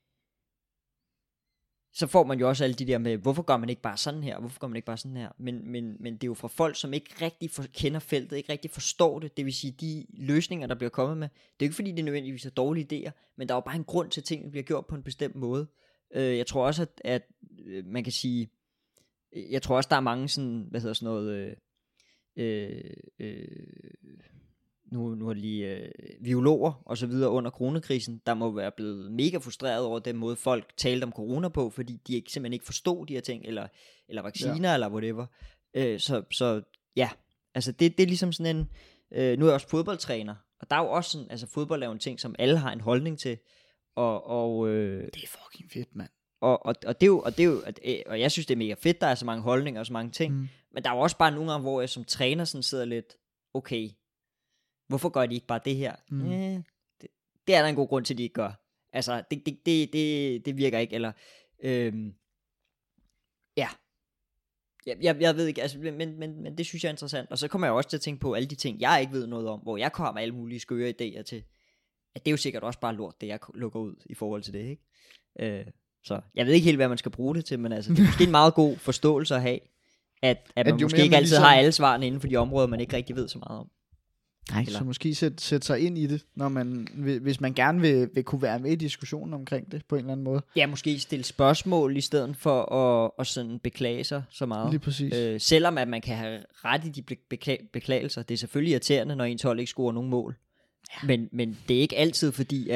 så får man jo også alle de der med, hvorfor gør man ikke bare sådan her, hvorfor gør man ikke bare sådan her, men det er jo fra folk, som ikke rigtig kender feltet, ikke rigtig forstår det, det vil sige, de løsninger, der bliver kommet med, det er jo ikke fordi, det nødvendigvis er dårlige idéer, men der er jo bare en grund til, at tingene bliver gjort på en bestemt måde. Jeg tror også, at man kan sige, jeg tror også, der er mange sådan, nu er lige virologer og så videre under coronakrisen, der må være blevet mega frustreret over den måde folk talte om corona på, fordi de simpelthen ikke forstod de her ting, eller vacciner, eller whatever. Så ja, altså det er ligesom sådan en, nu er jeg også fodboldtræner, og der er jo også sådan, altså fodbold er jo en ting, som alle har en holdning til, og det er fucking fedt, mand. og jeg synes, det er mega fedt, der er så mange holdninger og så mange ting. Men der er jo også bare nogle gange, hvor jeg som træner sådan sidder lidt, okay, hvorfor gør de ikke bare det her? Det er der en god grund til, at de ikke gør. Altså, det virker ikke, eller... Jeg ved ikke, altså, men det synes jeg er interessant. Og så kommer jeg også til at tænke på alle de ting, jeg ikke ved noget om, hvor jeg kommer med alle mulige skøre idéer til, at det er jo sikkert også bare lort, det jeg lukker ud i forhold til det, ikke? Så jeg ved ikke helt, hvad man skal bruge det til, men altså, det er måske en meget god forståelse at have, at man måske ikke altid har alle svarene inden for de områder, man ikke rigtig ved så meget om. Nej, så måske sætte sig ind i det, når hvis man gerne vil kunne være med i diskussionen omkring det på en eller anden måde. Ja, måske stille spørgsmål i stedet for at sådan beklage sig så meget. Lige præcis. Selvom at man kan have ret i de beklagelser. Det er selvfølgelig irriterende, når ens hold ikke scorer nogen mål. Ja. Men det er ikke altid fordi,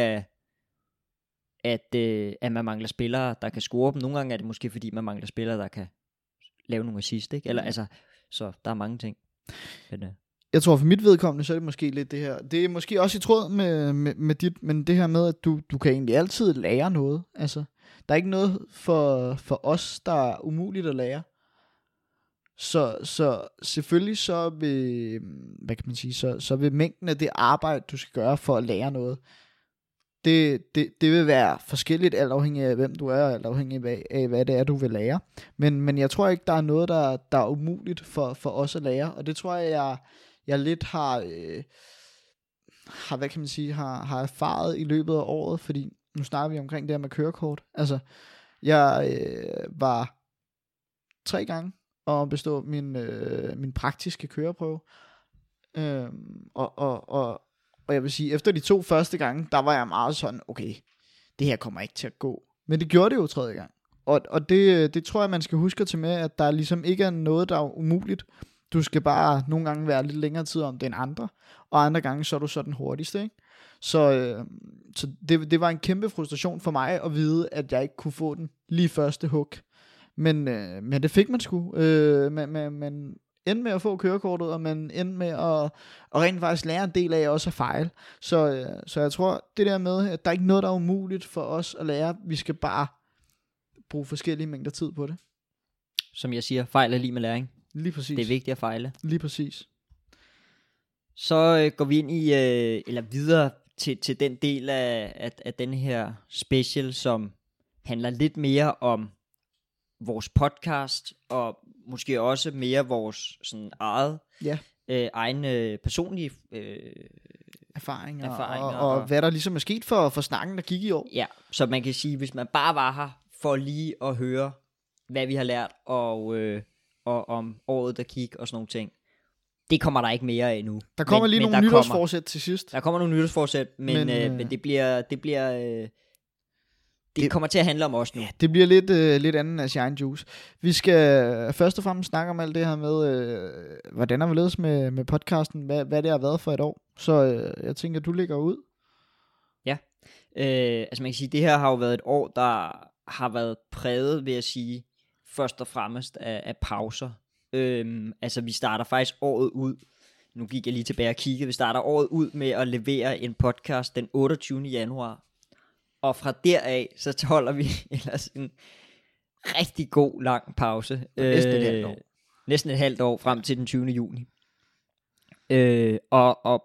at man mangler spillere, der kan score dem. Nogle gange er det måske fordi, man mangler spillere, der kan lave nogle assist, ikke? Eller, altså, så der er mange ting. Men, jeg tror for mit vedkommende, så er det måske lidt det her. Det er måske også i tråd med dit, men det her med, at du kan egentlig altid lære noget. Altså, der er ikke noget for os, der er umuligt at lære. Så selvfølgelig så vil, hvad kan man sige, så vil mængden af det arbejde, du skal gøre for at lære noget, det vil være forskelligt, alt afhængig af hvem du er, alt afhængig af hvad det er, du vil lære. Men jeg tror ikke, der er noget, der er umuligt for os at lære, og det tror jeg lidt har, hvad kan man sige, har erfaret i løbet af året, fordi nu snakker vi omkring det her med kørekort. Altså, jeg var 3 gange og bestå min praktiske køreprøve, og jeg vil sige, efter de 2 første gange, der var jeg meget sådan, okay, det her kommer ikke til at gå. Men det gjorde det jo 3. gang. Og det tror jeg, man skal huske til med, at der ligesom ikke er noget, der er umuligt. Du skal bare nogle gange være lidt længere tid om det end andre, og andre gange så er du så den hurtigste, ikke? Så det var en kæmpe frustration for mig at vide, at jeg ikke kunne få den lige første hug. Men det fik man sgu. Man endte med at få kørekortet, og man endte med at rent faktisk lære en del af også at fejle. Så jeg tror, det der med, at der er ikke noget, der er umuligt for os at lære. Vi skal bare bruge forskellige mængder tid på det. Som jeg siger, fejl er lige med læring. Lige præcis. Det er vigtigt at fejle. Lige præcis. Så går vi ind i, eller videre til den del af den her special, som handler lidt mere om vores podcast, og måske også mere vores sådan eget, egne personlige erfaringer og hvad der ligesom er sket for snakken, der gik i år. Ja, så man kan sige, hvis man bare var her for lige at høre, hvad vi har lært, og om året, der gik, og sådan nogle ting. Det kommer der ikke mere af nu. Der kommer lige nogle nytårsforsæt til sidst. Der kommer nogle nytårsforsæt, men det kommer til at handle om os nu. Ja, det bliver lidt anden af Shine Juice. Vi skal først og fremmest snakke om alt det her med, hvordan der vil ledes med podcasten, hvad det har været for et år. Så jeg tænker, du ligger ud. Ja, altså man kan sige, det her har jo været et år, der har været præget, vil jeg sige, først og fremmest af pauser. Altså vi starter faktisk året ud. Nu gik jeg lige tilbage og kiggede. Vi starter året ud med at levere en podcast den 28. januar. Og fra deraf, så holder vi ellers en rigtig god lang pause. Næsten et halvt år. Næsten et halvt år frem til den 20. juni. Og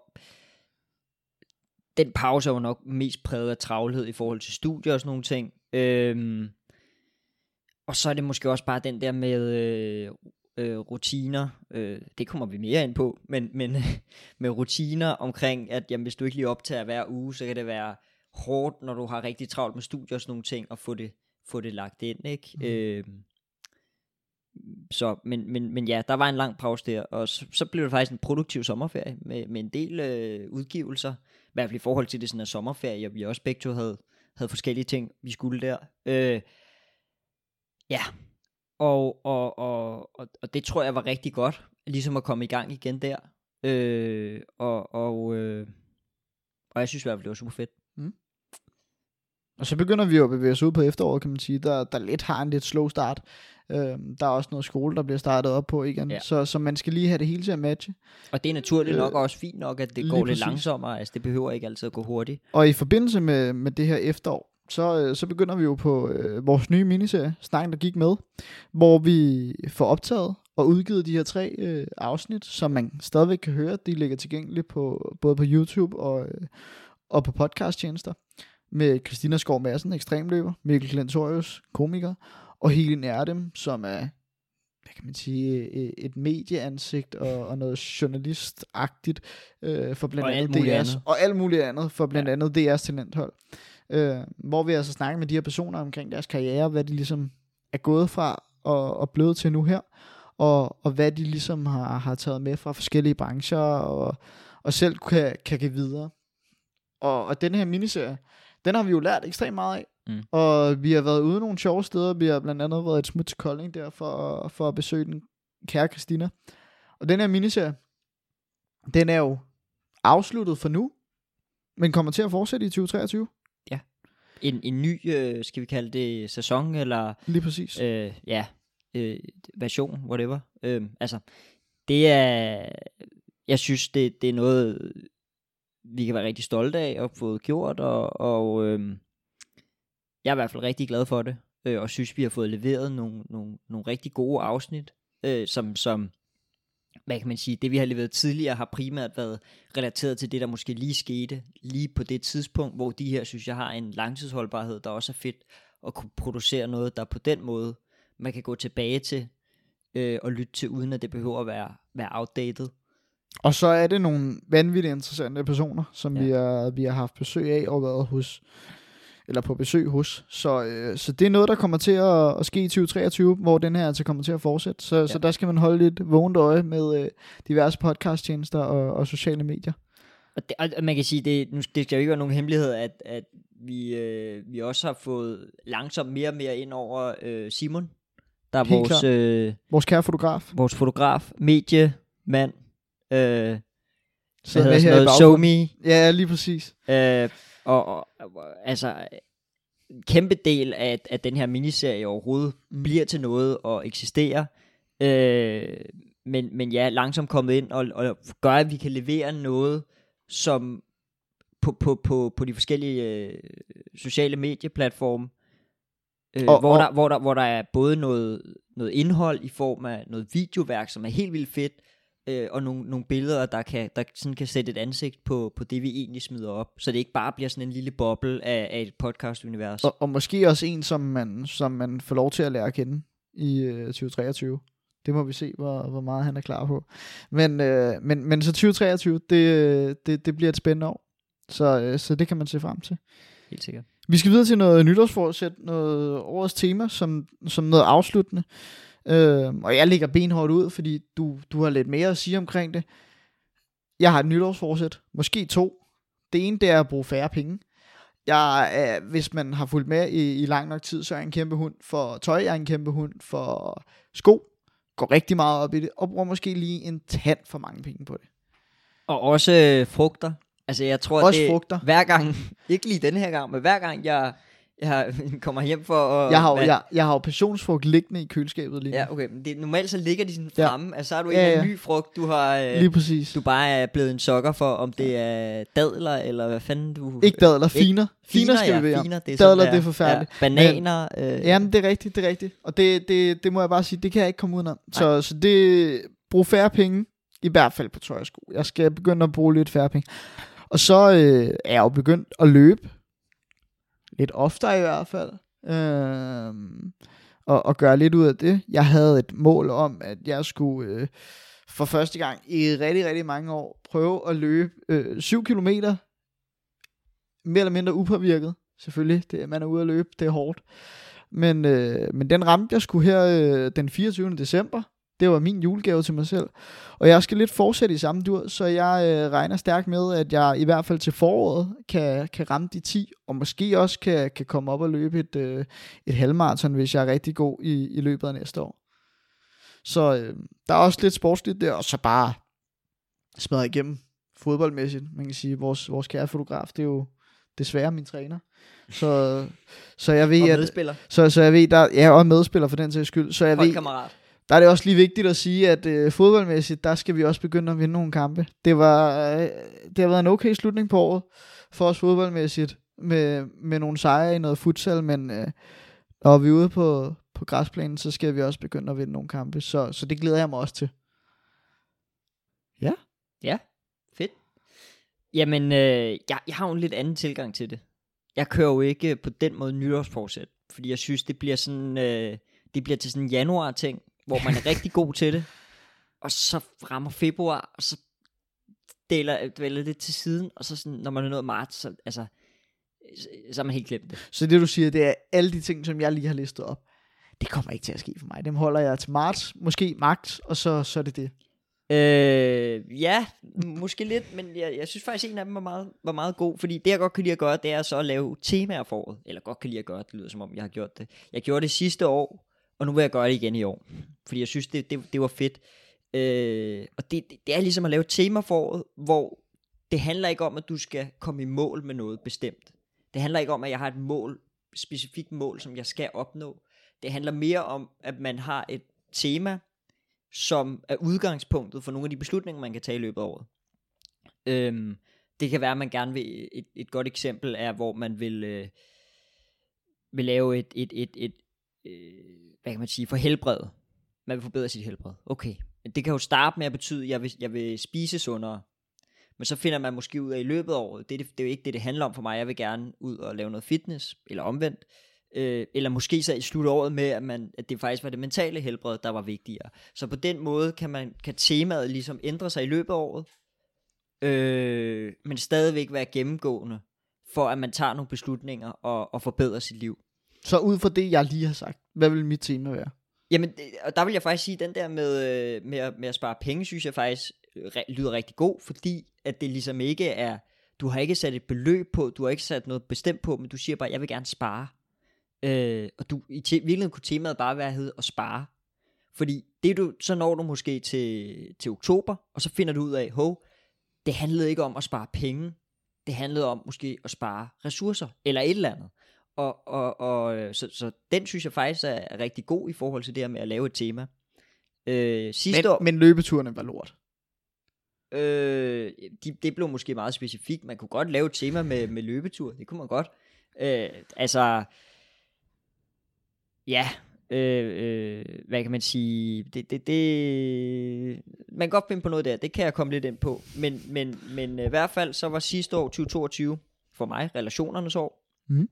den pause er jo nok mest præget af travlhed i forhold til studier og sådan nogle ting. Og så er det måske også bare den der med rutiner. Det kommer vi mere ind på. Men med rutiner omkring, at jamen, hvis du ikke lige optager hver uge, så kan det være hårdt, når du har rigtig travlt med studier og sådan nogle ting, og få det lagt ind, ikke? Så, men ja, der var en lang pause der, og så blev det faktisk en produktiv sommerferie, med en del udgivelser, i hvert fald i forhold til det sådan en sommerferie, og vi også begge to havde forskellige ting, vi skulle der. Ja, og det tror jeg var rigtig godt, ligesom at komme i gang igen der, og jeg synes i hvert fald, det var super fedt. Og så begynder vi jo at bevæge os ud på efteråret, kan man sige, der lidt har en lidt slow start. Der er også noget skole, der bliver startet op på igen, så man skal lige have det hele til at matche. Og det er naturligt nok også fint nok, at det går lidt langsommere, altså det behøver ikke altid at gå hurtigt. Og i forbindelse med det her efterår, så begynder vi jo på vores nye miniserie, Snakken der gik med, hvor vi får optaget og udgivet de her 3 afsnit, som man stadigvæk kan høre. De ligger tilgængelige både på YouTube og på podcasttjenester, med Christina Skov Madsen, ekstremløber, Mikkel Klentorius, komiker, og Helin Erdem, som er, hvad kan man sige, et medieansigt og noget journalistagtigt for blandt andet DR's, og alt muligt andet for blandt andet DR's talenthold. Hvor vi altså snakker med de her personer omkring deres karriere, hvad de ligesom er gået fra og blevet til nu her, og hvad de ligesom har taget med fra forskellige brancher, og selv kan give videre. Og den her miniserie, den har vi jo lært ekstremt meget af. Og vi har været ude nogle sjove steder. Vi har blandt andet været et smut til Kolding der for at besøge den kære Christina. Og den her miniserie, den er jo afsluttet for nu, men kommer til at fortsætte i 2023. Ja. En ny, skal vi kalde det sæson, eller... Lige præcis. Version, whatever. Altså, det er... Jeg synes, det er noget, vi kan være rigtig stolte af og fået gjort, og jeg er i hvert fald rigtig glad for det, og synes, vi har fået leveret nogle rigtig gode afsnit, som hvad kan man sige, det vi har leveret tidligere har primært været relateret til det, der måske lige skete, lige på det tidspunkt, hvor de her, synes jeg, har en langtidsholdbarhed, der også er fedt at kunne producere noget, der på den måde, man kan gå tilbage til og lytte til, uden at det behøver at være outdated. Og så er det nogle vanvittigt interessante personer, som vi har haft besøg af og været hos, eller på besøg hos. Så det er noget, der kommer til at ske i 2023, hvor den her altså kommer til at fortsætte. Så der skal man holde lidt vågent øje med diverse podcasttjenester og sociale medier. Og man kan sige, det skal jo ikke være nogen hemmelighed, at vi også har fået langsomt mere og mere ind over Simon, der er vores kære fotograf. Vores fotograf, mediemand, så med her i SoMe. Ja, lige præcis. Og altså kæmpe del af den her miniserie overhovedet bliver til noget og eksisterer. Men ja, langsomt kommet ind og gør, at vi kan levere noget, som på de forskellige sociale medieplatforme, hvor der er både noget indhold i form af noget videoværk, som er helt vildt fedt, og nogle billeder, der sådan kan sætte et ansigt på det, vi egentlig smider op, så det ikke bare bliver sådan en lille boble af et podcast-univers. Og måske også en, som man får lov til at lære at kende i 2023. Det må vi se, hvor meget han er klar på. Men så 2023, det bliver et spændende år. Så det kan man se frem til. Helt sikkert. Vi skal videre til noget nytårsforsæt, noget årets tema, som noget afsluttende. Og jeg ligger benhårdt ud, fordi du har lidt mere at sige omkring det. Jeg har et nytårsforsæt, måske 2. Det ene, det er at bruge færre penge. Hvis man har fulgt med i lang nok tid, så er jeg en kæmpe hund for tøj, jeg er en kæmpe hund for sko. Går rigtig meget op i det, og bruger måske lige en tand for mange penge på det. Og også frugter. Altså jeg tror, også det frugter. Hver gang, ikke lige denne her gang, men hver gang jeg kommer hjem for at... Jeg har jo passionsfrugt liggende i køleskabet lige nu. Ja, okay, men normalt så ligger de sådan fremme. Altså så har du en ny frugt, du har... lige præcis. Du bare er blevet en sokker for, om det er dadler, eller hvad fanden du... Ikke dadler, finer. Finer skal vi være. Dadler, det er forfærdeligt. Ja, bananer... Jamen, det er rigtigt. Og det må jeg bare sige, det kan jeg ikke komme udenom. Så det... Brug færre penge, i hvert fald på tøj og sko. Jeg skal begynde at bruge lidt færre penge. Og så er jeg jo begyndt at løbe. Lidt oftere i hvert fald. Og gøre lidt ud af det. Jeg havde et mål om, at jeg skulle for første gang i rigtig, rigtig mange år prøve at løbe 7 kilometer. Mere eller mindre upåvirket. Selvfølgelig, man er ude at løbe, det er hårdt. Men den ramte jeg skulle her den 24. december. Det var min julegave til mig selv. Og jeg skal lidt fortsætte i samme dur, så jeg regner stærkt med, at jeg i hvert fald til foråret kan ramme de 10, og måske også kan komme op og løbe et halvmarathon, hvis jeg er rigtig god i løbet af næste år. Så der er også lidt sportsligt der, og så bare smadre igennem fodboldmæssigt. Man kan sige, vores kære fotograf, det er jo desværre min træner. Så jeg ved, og medspiller. Så jeg ved, der er også medspiller for den sags skyld. Så jeg ved, der er det også lige vigtigt at sige, at fodboldmæssigt, der skal vi også begynde at vinde nogle kampe. Det har været en okay slutning på året for os fodboldmæssigt. med nogle sejre i noget futsal, men når vi er ude på græsplænen, så skal vi også begynde at vinde nogle kampe, så det glæder jeg mig også til. Ja. Ja, fedt. Jamen, jeg har jo en lidt anden tilgang til det. Jeg kører jo ikke på den måde nytårsforsæt, fordi jeg synes, det bliver sådan, det bliver til sådan en januar-ting, hvor man er rigtig god til det, og så rammer februar, og så dvæler det til siden, og så sådan, når man er nået marts, så har man helt glemt det. Så det du siger, det er alle de ting, som jeg lige har listet op, det kommer ikke til at ske for mig. Dem holder jeg til marts, måske max, og så er det det. Ja, måske lidt, men jeg synes faktisk, en af dem var meget god, fordi det jeg godt kan lide at gøre, det er så at lave temaer for året, eller godt kan lide at gøre, det lyder som om jeg har gjort det. Jeg gjorde det sidste år, og nu vil jeg gøre det igen i år, fordi jeg synes, det var fedt. Og det er ligesom at lave et tema for året, hvor det handler ikke om, at du skal komme i mål med noget bestemt. Det handler ikke om, at jeg har et mål, specifikt mål, som jeg skal opnå. Det handler mere om, at man har et tema, som er udgangspunktet for nogle af de beslutninger, man kan tage i løbet af året. Det kan være, at man gerne vil, et godt eksempel er, hvor man vil lave et hvad kan man sige, for helbred. Man vil forbedre sit helbred. Okay, det kan jo starte med at betyde, at jeg vil spise sundere. Men så finder man måske ud af i løbet af året, det er jo ikke det handler om for mig. Jeg vil gerne ud og lave noget fitness, eller omvendt. Eller måske så i slut af året med, at det faktisk var det mentale helbred, der var vigtigere. Så på den måde kan temaet ligesom ændre sig i løbet af året, men stadigvæk være gennemgående, for at man tager nogle beslutninger og forbedrer sit liv. Så ud fra det, jeg lige har sagt, hvad vil mit tema være? Jamen, og der vil jeg faktisk sige, den der med at spare penge, synes jeg faktisk lyder rigtig god, fordi at det ligesom ikke er, du har ikke sat et beløb på, du har ikke sat noget bestemt på, men du siger bare, jeg vil gerne spare. Og i virkeligheden kunne temaet bare være at spare. Fordi så når du måske til oktober, og så finder du ud af, det handlede ikke om at spare penge, det handlede om måske at spare ressourcer, eller et eller andet. Så den synes jeg faktisk er rigtig god i forhold til det her med at lave et tema. Men løbeturene var lort. Det blev måske meget specifikt. Man kunne godt lave et tema med løbetur. Det kunne man godt. Hvad kan man sige? Man kan godt finde på noget der. Det kan jeg komme lidt ind på. Men i hvert fald så var sidste år 2022 for mig relationernes år. Mm.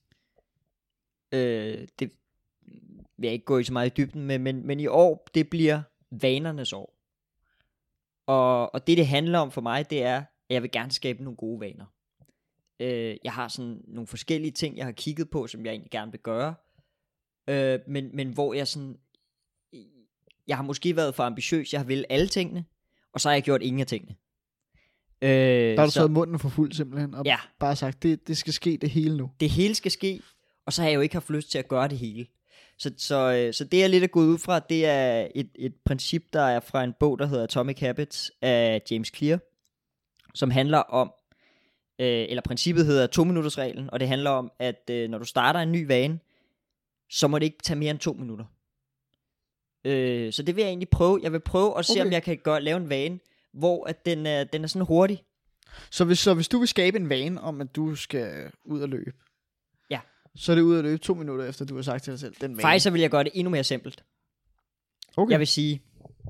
Det vil jeg ikke gå i så meget i dybden med, men i år det bliver vanernes år. Og det handler om for mig, det er, at jeg vil gerne skabe nogle gode vaner. Jeg har sådan nogle forskellige ting, jeg har kigget på, som jeg egentlig gerne vil gøre. Men hvor jeg har måske været for ambitiøs. Jeg har ville alle tingene, og så har jeg gjort ingen af tingene. Der har du taget munden for fuld simpelthen, og bare sagt, det skal ske det hele nu. Det hele skal ske, og så har jeg jo ikke haft lyst til at gøre det hele. Så det jeg lidt er gået ud fra, det er et princip, der er fra en bog, der hedder Atomic Habits af James Clear, som handler om, eller princippet hedder 2-minutters reglen, og det handler om, at når du starter en ny vane, så må det ikke tage mere end 2 minutter. Så det vil jeg egentlig prøve. Jeg vil prøve at se, om jeg kan lave en vane, hvor at den er sådan hurtig. Så hvis du vil skabe en vane om, at du skal ud og løbe, ja, så er det ud at løbe 2 minutter efter, du har sagt til dig selv, den vane. Faktisk så vil jeg gøre det endnu mere simpelt. Okay. Jeg vil sige,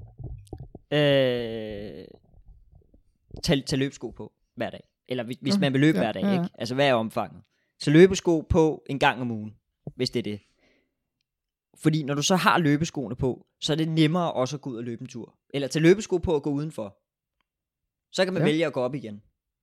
tag løbesko på hver dag. Eller hvis man vil løbe hver dag, ikke? Altså hvad er omfanget? Så løbesko på en gang om ugen, hvis det er det. Fordi når du så har løbeskoene på, så er det nemmere også at gå ud og løbe en tur. Eller tage løbesko på og gå udenfor. Så kan man vælge at gå op igen.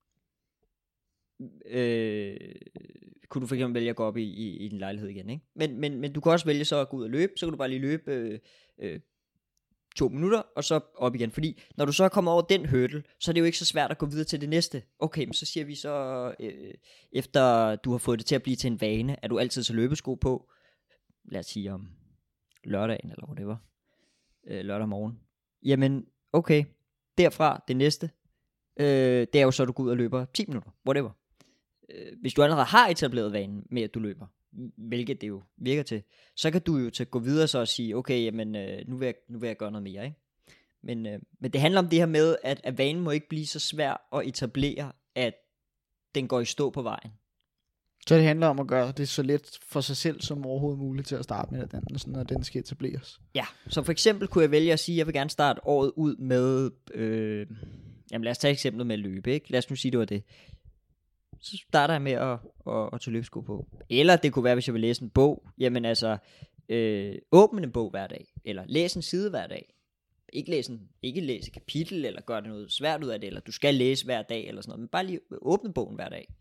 Kunne du for eksempel vælge at gå op i din lejlighed igen, ikke? Men du kan også vælge så at gå ud og løbe. Så kan du bare lige løbe 2 minutter, og så op igen. Fordi når du så er kommet over den hurdle, så er det jo ikke så svært at gå videre til det næste. Okay, men så siger vi så, efter du har fået det til at blive til en vane, at du altid så løbesko på, lad os sige om lørdagen, eller hvor det var, lørdag morgen. Jamen, okay, derfra det næste, det er jo så, at du går ud og løber 10 minutter, whatever. Hvis du allerede har etableret vanen med, at du løber, hvilket det jo virker til, så kan du jo gå videre så og sige, okay, jamen, nu vil jeg gøre noget mere, ikke? Men det handler om det her med, at vanen må ikke blive så svær at etablere, at den går i stå på vejen. Så det handler om at gøre det så let for sig selv som overhovedet muligt til at starte med, når den skal etableres. Ja, så for eksempel kunne jeg vælge at sige, at jeg vil gerne starte året ud med, jamen lad os tage eksemplet med at løbe, ikke? Lad os nu sige, det var det. Så starter jeg med at tage løbesko på. Eller det kunne være, hvis jeg vil læse en bog, jamen altså, åbne en bog hver dag, eller læse en side hver dag. Ikke læse et kapitel, eller gøre det noget svært ud af det, eller du skal læse hver dag, eller sådan noget, men bare lige åbne bogen hver dag.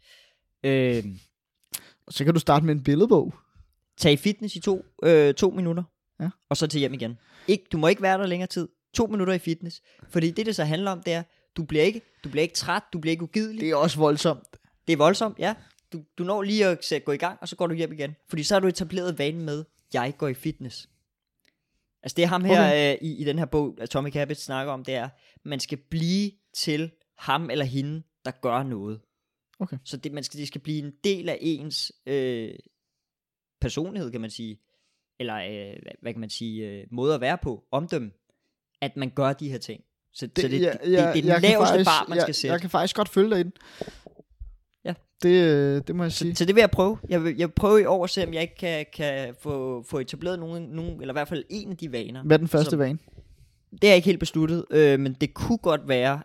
Så kan du starte med en billedbog. Tag i fitness i 2 minutter, ja. Og så til hjem igen. Du må ikke være der længere tid. 2 minutter i fitness. Fordi det så handler om, det er, du bliver ikke træt, du bliver ikke ugidelig. Det er også voldsomt. Det er voldsomt, ja. Du når lige at gå i gang, og så går du hjem igen. Fordi så har du etableret vanen med, jeg går i fitness. Altså det er ham her i den her bog, Atomic Habits snakker om, det er, man skal blive til ham eller hende, der gør noget. Okay. Så det skal blive en del af ens personlighed, kan man sige. Eller hvad kan man sige, måde at være på, omdømme, at man gør de her ting. Så det er den laveste bar, man skal sætte. Jeg kan faktisk godt følge dig i den. Ja. Det må jeg sige. Så det vil jeg prøve. Jeg vil prøve i år at se, om jeg ikke kan få etableret nogen, eller i hvert fald en af de vaner. Hvad er den første vane? Det er ikke helt besluttet, men det kunne godt være,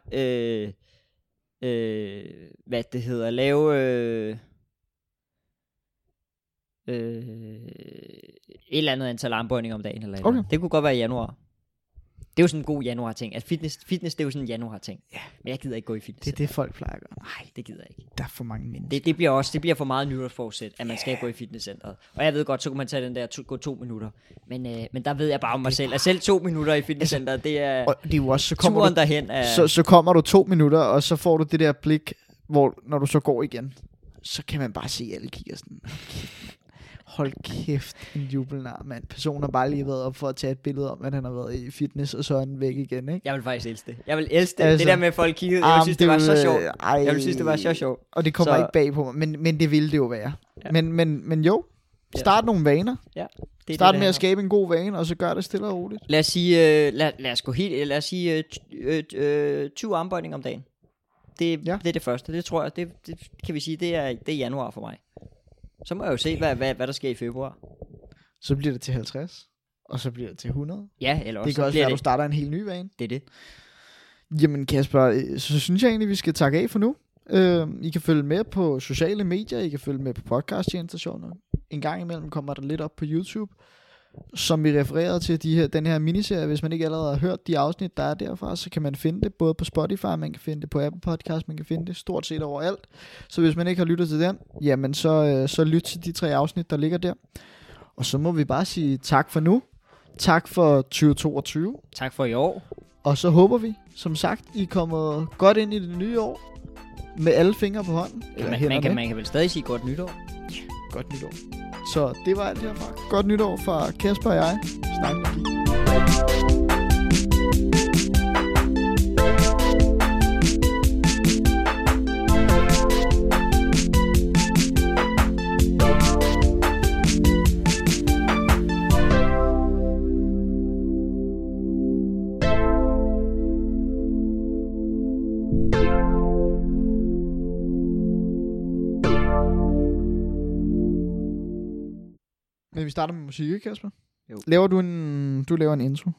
hvad det hedder, at lave et eller andet antal armbøjninger om dagen. Eller okay. Det kunne godt være i januar. Det er jo sådan en god januar ting. Altså fitness det er jo sådan en januar ting. Ja. Men jeg gider ikke gå i fitness. Det er det folk plejer at gøre. Nej, det gider jeg ikke. Der er for mange mennesker. Det bliver for meget nytårsforsæt, at man skal gå i fitnesscenteret. Og jeg ved godt, så kunne man tage den der gå 2 minutter. Men der ved jeg bare om mig selv. At selv 2 minutter i fitnesscenteret, det er, og det er jo også, så kommer turen derhen. Så kommer du 2 minutter, og så får du det der blik, hvor når du så går igen, så kan man bare se alle kigger sådan. Hold kæft, en jubelnar, mand. Personen har bare lige været op for at tage et billede om, at han har været i fitness, og så er han væk igen, ikke? Jeg vil faktisk elske det. Jeg vil elske det. Altså, det der med, at folk kiggede, jeg synes, det var så sjovt. Jeg vil synes, det var så sjovt. Og det kommer ikke bag på mig, men det ville det jo være. Ja. Men jo, start nogle vaner. Ja. Start med at skabe en god vane, og så gør det stille og roligt. Lad os sige, lad os sige 20 armbøjninger om dagen. Det er det første. Det tror jeg, det kan vi sige, det er januar for mig. Så må jeg jo se, hvad der sker i februar. Så bliver det til 50, og så bliver det til 100. Ja, eller også. Det kan også være, at du starter en helt ny vane. Det er det. Jamen Kasper, så synes jeg egentlig, vi skal takke af for nu. I kan følge med på sociale medier, I kan følge med på podcasttjenester. En gang imellem kommer der lidt op på YouTube, som vi refererede til den her miniserie. Hvis man ikke allerede har hørt de afsnit, der er derfra, så kan man finde det både på Spotify, man kan finde det på Apple Podcast, man kan finde det stort set overalt. Så hvis man ikke har lyttet til den, jamen så lyt til de 3 afsnit, der ligger der. Og så må vi bare sige tak for nu. Tak for 2022. Tak for i år. Og så håber vi, som sagt, I kommer godt ind i det nye år med alle fingre på hånden. Man kan vel stadig sige godt nytår. Ja, godt nytår. Så det var alt herfra. Godt nytår fra Kasper og jeg. Snak med Men vi starter med musik, ikke Kasper? Jo. Du laver en intro.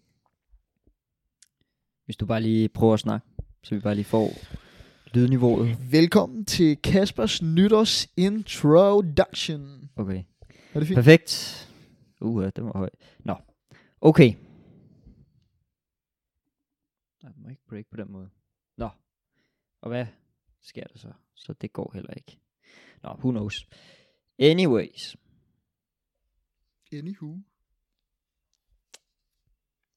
Hvis du bare lige prøver at snakke, så vi bare lige får lydniveauet. Velkommen til Kaspers nytårs introduction. Okay. Er det fint? Perfekt. Det var højt. Nå. Okay. Jeg må ikke break på den måde. Nå. Og hvad sker der så? Så det går heller ikke. Nå, who knows. Anyways. Anywho.